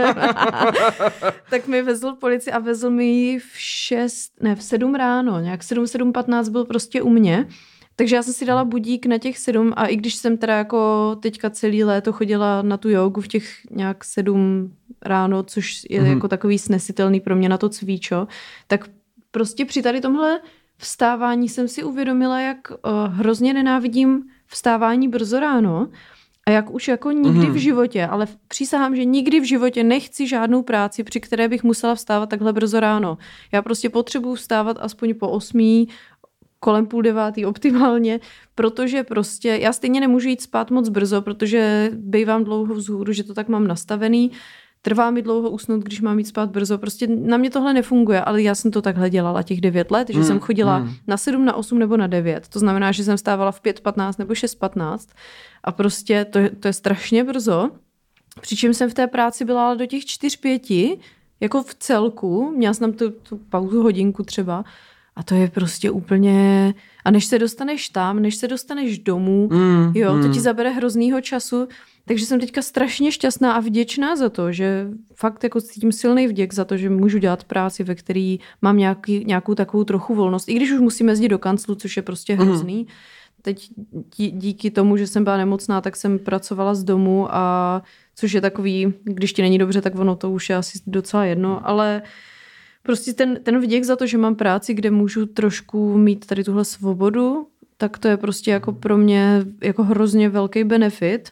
Tak mi vezl policii a vezl mi ji v šest, ne, v sedm ráno, nějak sedm, sedm patnáct byl prostě u mě. Takže já jsem si dala budík na těch sedm a i když jsem teda jako teďka celý léto chodila na tu jogu v těch nějak sedm ráno, což je mm-hmm. jako takový snesitelný pro mě na to cvíčo, tak prostě při tady tomhle vstávání jsem si uvědomila, jak uh, hrozně nenávidím vstávání brzo ráno a jak už jako nikdy mm. v životě, ale přísahám, že nikdy v životě nechci žádnou práci, při které bych musela vstávat takhle brzo ráno. Já prostě potřebuji vstávat aspoň po osmí, kolem půl devátý optimálně, protože prostě já stejně nemůžu jít spát moc brzo, protože bývám dlouho vzhůru, že to tak mám nastavený. Trvá mi dlouho usnout, když mám jít spát brzo. Prostě na mě tohle nefunguje, ale já jsem to takhle dělala těch devět let, že mm, jsem chodila mm. na sedm, na osm nebo na devět. To znamená, že jsem vstávala v pět patnáct nebo šest patnáct a prostě to, to je strašně brzo. Přičem jsem v té práci byla ale do těch čtyř pěti, jako v celku. Měla jsem tam tu, tu pauzu hodinku třeba a to je prostě úplně... A než se dostaneš tam, než se dostaneš domů, mm, jo, mm. to ti zabere hroznýho času. Takže jsem teďka strašně šťastná a vděčná za to, že fakt jako cítím silný vděk za to, že můžu dělat práci, ve který mám nějaký, nějakou takovou trochu volnost. I když už musím jezdit do kanclu, což je prostě hrozný. Mm. Teď díky tomu, že jsem byla nemocná, tak jsem pracovala z domu, a což je takový, když ti není dobře, tak ono to už je asi docela jedno, ale prostě ten, ten vděk za to, že mám práci, kde můžu trošku mít tady tuhle svobodu, tak to je prostě jako pro mě jako hrozně velký benefit.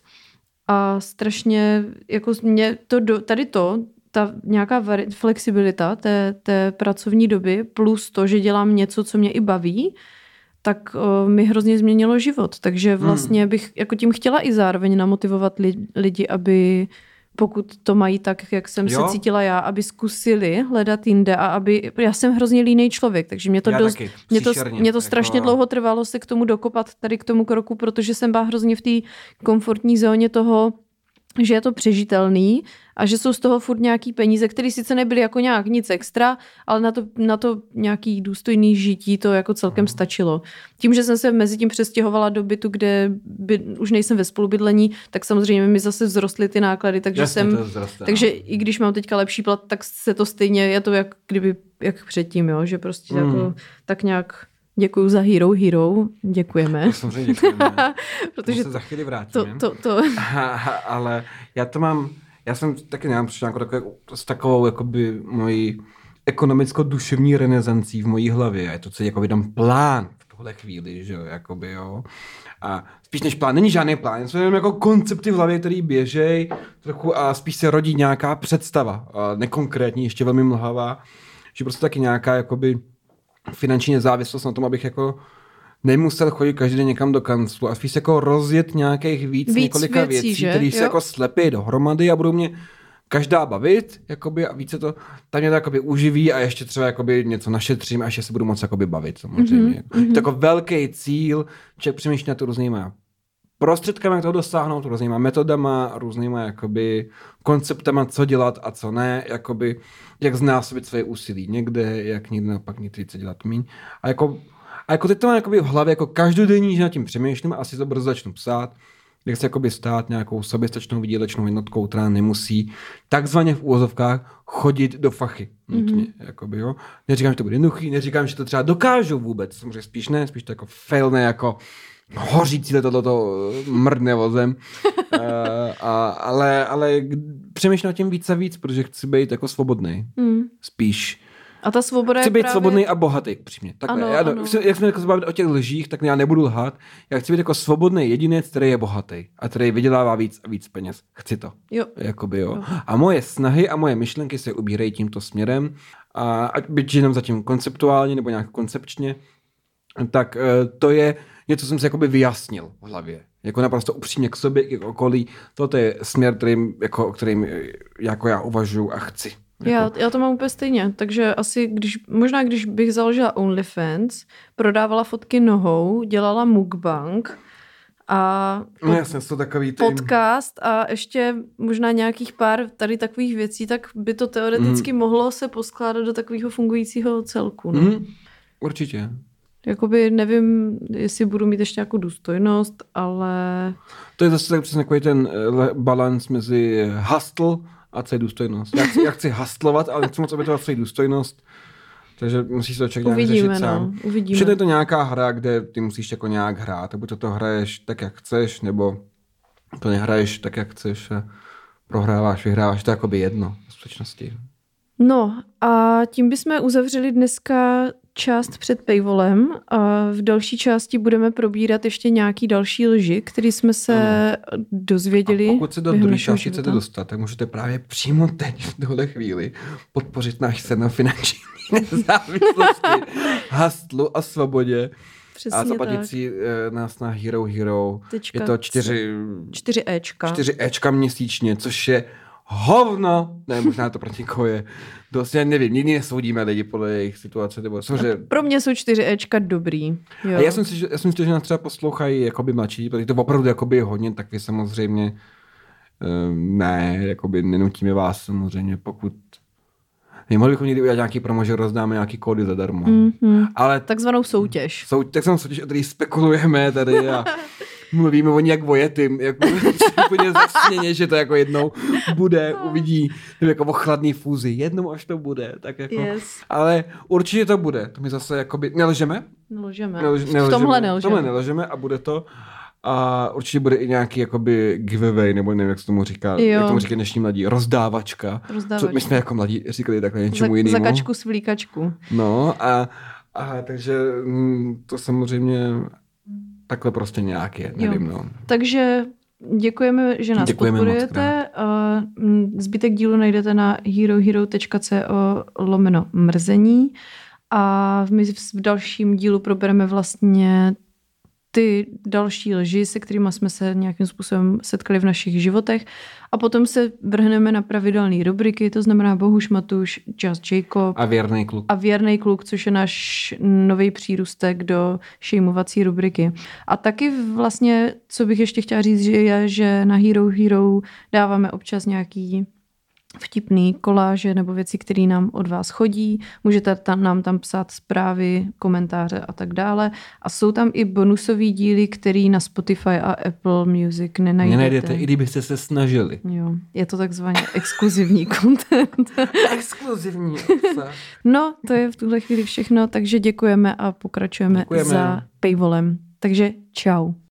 A strašně, jako mě to, tady to, ta nějaká flexibilita té, té pracovní doby, plus to, že dělám něco, co mě i baví, tak o, mi hrozně změnilo život. Takže vlastně bych jako tím chtěla i zároveň namotivovat li, lidi, aby pokud to mají tak, jak jsem jo. se cítila já, aby zkusili hledat jinde a aby, já jsem hrozně línej člověk, takže mě to, dost, taky, mě to, mě to strašně jako... dlouho trvalo se k tomu dokopat tady k tomu kroku, protože jsem byla hrozně v té komfortní zóně toho, že je to přežitelný a že jsou z toho furt nějaký peníze, které sice nebyly jako nějak nic extra, ale na to, na to nějaký důstojný žití to jako celkem stačilo. Tím, že jsem se mezi tím přestěhovala do bytu, kde by, už nejsem ve spolubydlení, tak samozřejmě mi zase vzrostly ty náklady, takže Jasně, jsem, vzroste, takže i když mám teďka lepší plat, tak se to stejně, je to jak kdyby, jak předtím, jo, že prostě mm. jako tak nějak děkuju za Hero Hero, děkujeme. To samozřejmě děkujeme. Protože se za chvíli vrátíme. To, to, to. Ale já to mám, já jsem taky nemám přišel s takovou jakoby mojí ekonomicko-duševní renesancí v mojí hlavě. Je to celý jakoby tam plán v tuhle chvíli, že jo, jakoby, jo. A spíš než plán, není žádný plán, jsou jenom jako koncepty v hlavě, který běžej trochu a spíš se rodí nějaká představa, nekonkrétní, ještě velmi mlhavá, že prostě taky nějaká, jakoby, finanční nezávislost na tom, abych jako nemusel chodit každý den někam do kanclu a spíš jako rozjet nějakých víc, víc několika věcí, věcí které se jako slepí dohromady a budou mě každá bavit, jakoby, a více to, tam mě to jakoby uživí a ještě třeba jakoby něco našetřím a ještě se budu moc jakoby bavit, samozřejmě. Mm-hmm. To jako velký cíl, člověk přemýšlí na to různýma prostředkami, jak toho dosáhnout, různýma metodama, různýma jakoby konceptama, co dělat a co ne, jakoby, jak znásobit své úsilí někde, jak někde naopak někdy co dělat míň. A jako, a jako teď to mám jakoby v hlavě, jako každodenní, že nad tím přemýšlím a asi to brzo začnu psát, jak se jakoby stát nějakou soběstačnou výdělečnou jednotkou, která nemusí takzvaně v úvozovkách chodit do fachy. Mm-hmm. Jakoby, jo. Neříkám, že to bude jednoduchý, neříkám, že to třeba dokážu vůbec, samozřejmě spíš ne, spíš to jako failne, jako hořící tohleto mrdne vozem. uh, a, ale, ale přemýšlím o tím víc a víc, protože chci být jako svobodný. Mm. Spíš. A ta svoboda chci je být právě... svobodný a bohatý, přímě. Takhle, ano, já, ano. Chci, jak jsme jako bavit o těch lžích, tak já nebudu lhát. Já chci být jako svobodný jedinec, který je bohatý a který vydělává víc a víc peněz. Chci to. Jo. Jakoby, jo. jo. A moje snahy a moje myšlenky se ubírají tímto směrem. A ať byť jenom zatím konceptuálně nebo nějak koncepčně, tak uh, to je něco, co jsem si jakoby vyjasnil v hlavě. Jako naprosto upřímně k sobě, k okolí. Toto je směr, kterým, jako, kterým jako já uvažuji a chci. Jako... Já, já to mám úplně stejně, takže asi, když, možná když bych založila OnlyFans, prodávala fotky nohou, dělala mukbang a pod, no jasně, to takový tým... podcast a ještě možná nějakých pár tady takových věcí, tak by to teoreticky mm. mohlo se poskládat do takového fungujícího celku. No. Mm, určitě. Jakoby nevím, jestli budu mít ještě nějakou důstojnost, ale... To je zase tak přesně takový ten balans mezi hustle a co je důstojnost. Já chci, já chci hustlovat, ale nechci moc obětovat svoji důstojnost, takže musíš to člověk nějak řešit no, sám. Uvidíme. Všechno je to nějaká hra, kde ty musíš jako nějak hrát, buď to, to hraješ tak, jak chceš, nebo to nehraješ tak, jak chceš a prohráváš, vyhráváš, to je jakoby jedno v skutečnosti. No a tím bychom uzavřeli dneska část před paywallem a v další části budeme probírat ještě nějaký další lži, který jsme se no. dozvěděli. A pokud se do druhé části chcete dostat, tak můžete právě přímo teď v tohle chvíli podpořit náš sen na finanční nezávislosti, hustlu a svobodě. Přesně a zaplatit si nás na Hero Hero. Tečka je to čtyři, čtyři éčka. čtyři éčka měsíčně, což je hovno. Ne, možná to pro někoho je dost, já nevím, nikdy nesoudíme lidi podle jejich situace. Nebo, samozřejmě... Pro mě jsou čtyři éčka dobrý. Jo. A já jsem si, že, já jsem si, že nás třeba poslouchají jakoby mladší, protože to opravdu jakoby hodně, tak vy samozřejmě um, ne, jakoby nenutíme vás samozřejmě, pokud mohli bychom někdy udělat nějaký promo, že rozdáme nějaký kódy zadarmo. Mm-hmm. Ale takzvanou soutěž. Sou, takzvanou soutěž, o který spekulujeme tady a mluvíme o ní jak o jetym, jako úplně zasněně, že to jako jednou bude, uvidí, nebo jako o chladný fúzi, jednou až to bude, tak jako, yes. Ale určitě to bude, to my zase jakoby, nelžeme? Nelžeme, Nelž, nelžeme. v tomhle nelžeme. V tomhle nelžeme a bude to a určitě bude i nějaký jakoby giveaway, nebo nevím, jak se tomu říká, jo. Jak tomu říkají dnešní mladí, rozdávačka. rozdávačka. Co my jsme jako mladí říkali takhle něčemu jinému. Zakačku s vlíkačku. No a, a takže to samozřejmě takhle prostě nějak je, nevím, jo. no. Takže děkujeme, že nás děkujeme podporujete. Zbytek dílu najdete na herohero.co lomeno mrzení a my v dalším dílu probereme vlastně ty další lži, se kterými jsme se nějakým způsobem setkali v našich životech a potom se vrhneme na pravidelné rubriky, to znamená Bohuš Matuš, Just Jacob a Věrnej kluk. A Věrnej kluk, což je náš nový přírůstek do šejmovací rubriky. A taky vlastně, co bych ještě chtěla říct, že je, že na Hero Hero dáváme občas nějaký vtipný koláže nebo věci, které nám od vás chodí. Můžete tam, nám tam psát zprávy, komentáře a tak dále. A jsou tam i bonusové díly, které na Spotify a Apple Music nenajdete. Nenajdete, i kdybyste se snažili. Jo, je to takzvaně exkluzivní content. Exkluzivní. No, to je v tuhle chvíli všechno, takže děkujeme a pokračujeme děkujeme. Za paywallem. Takže čau.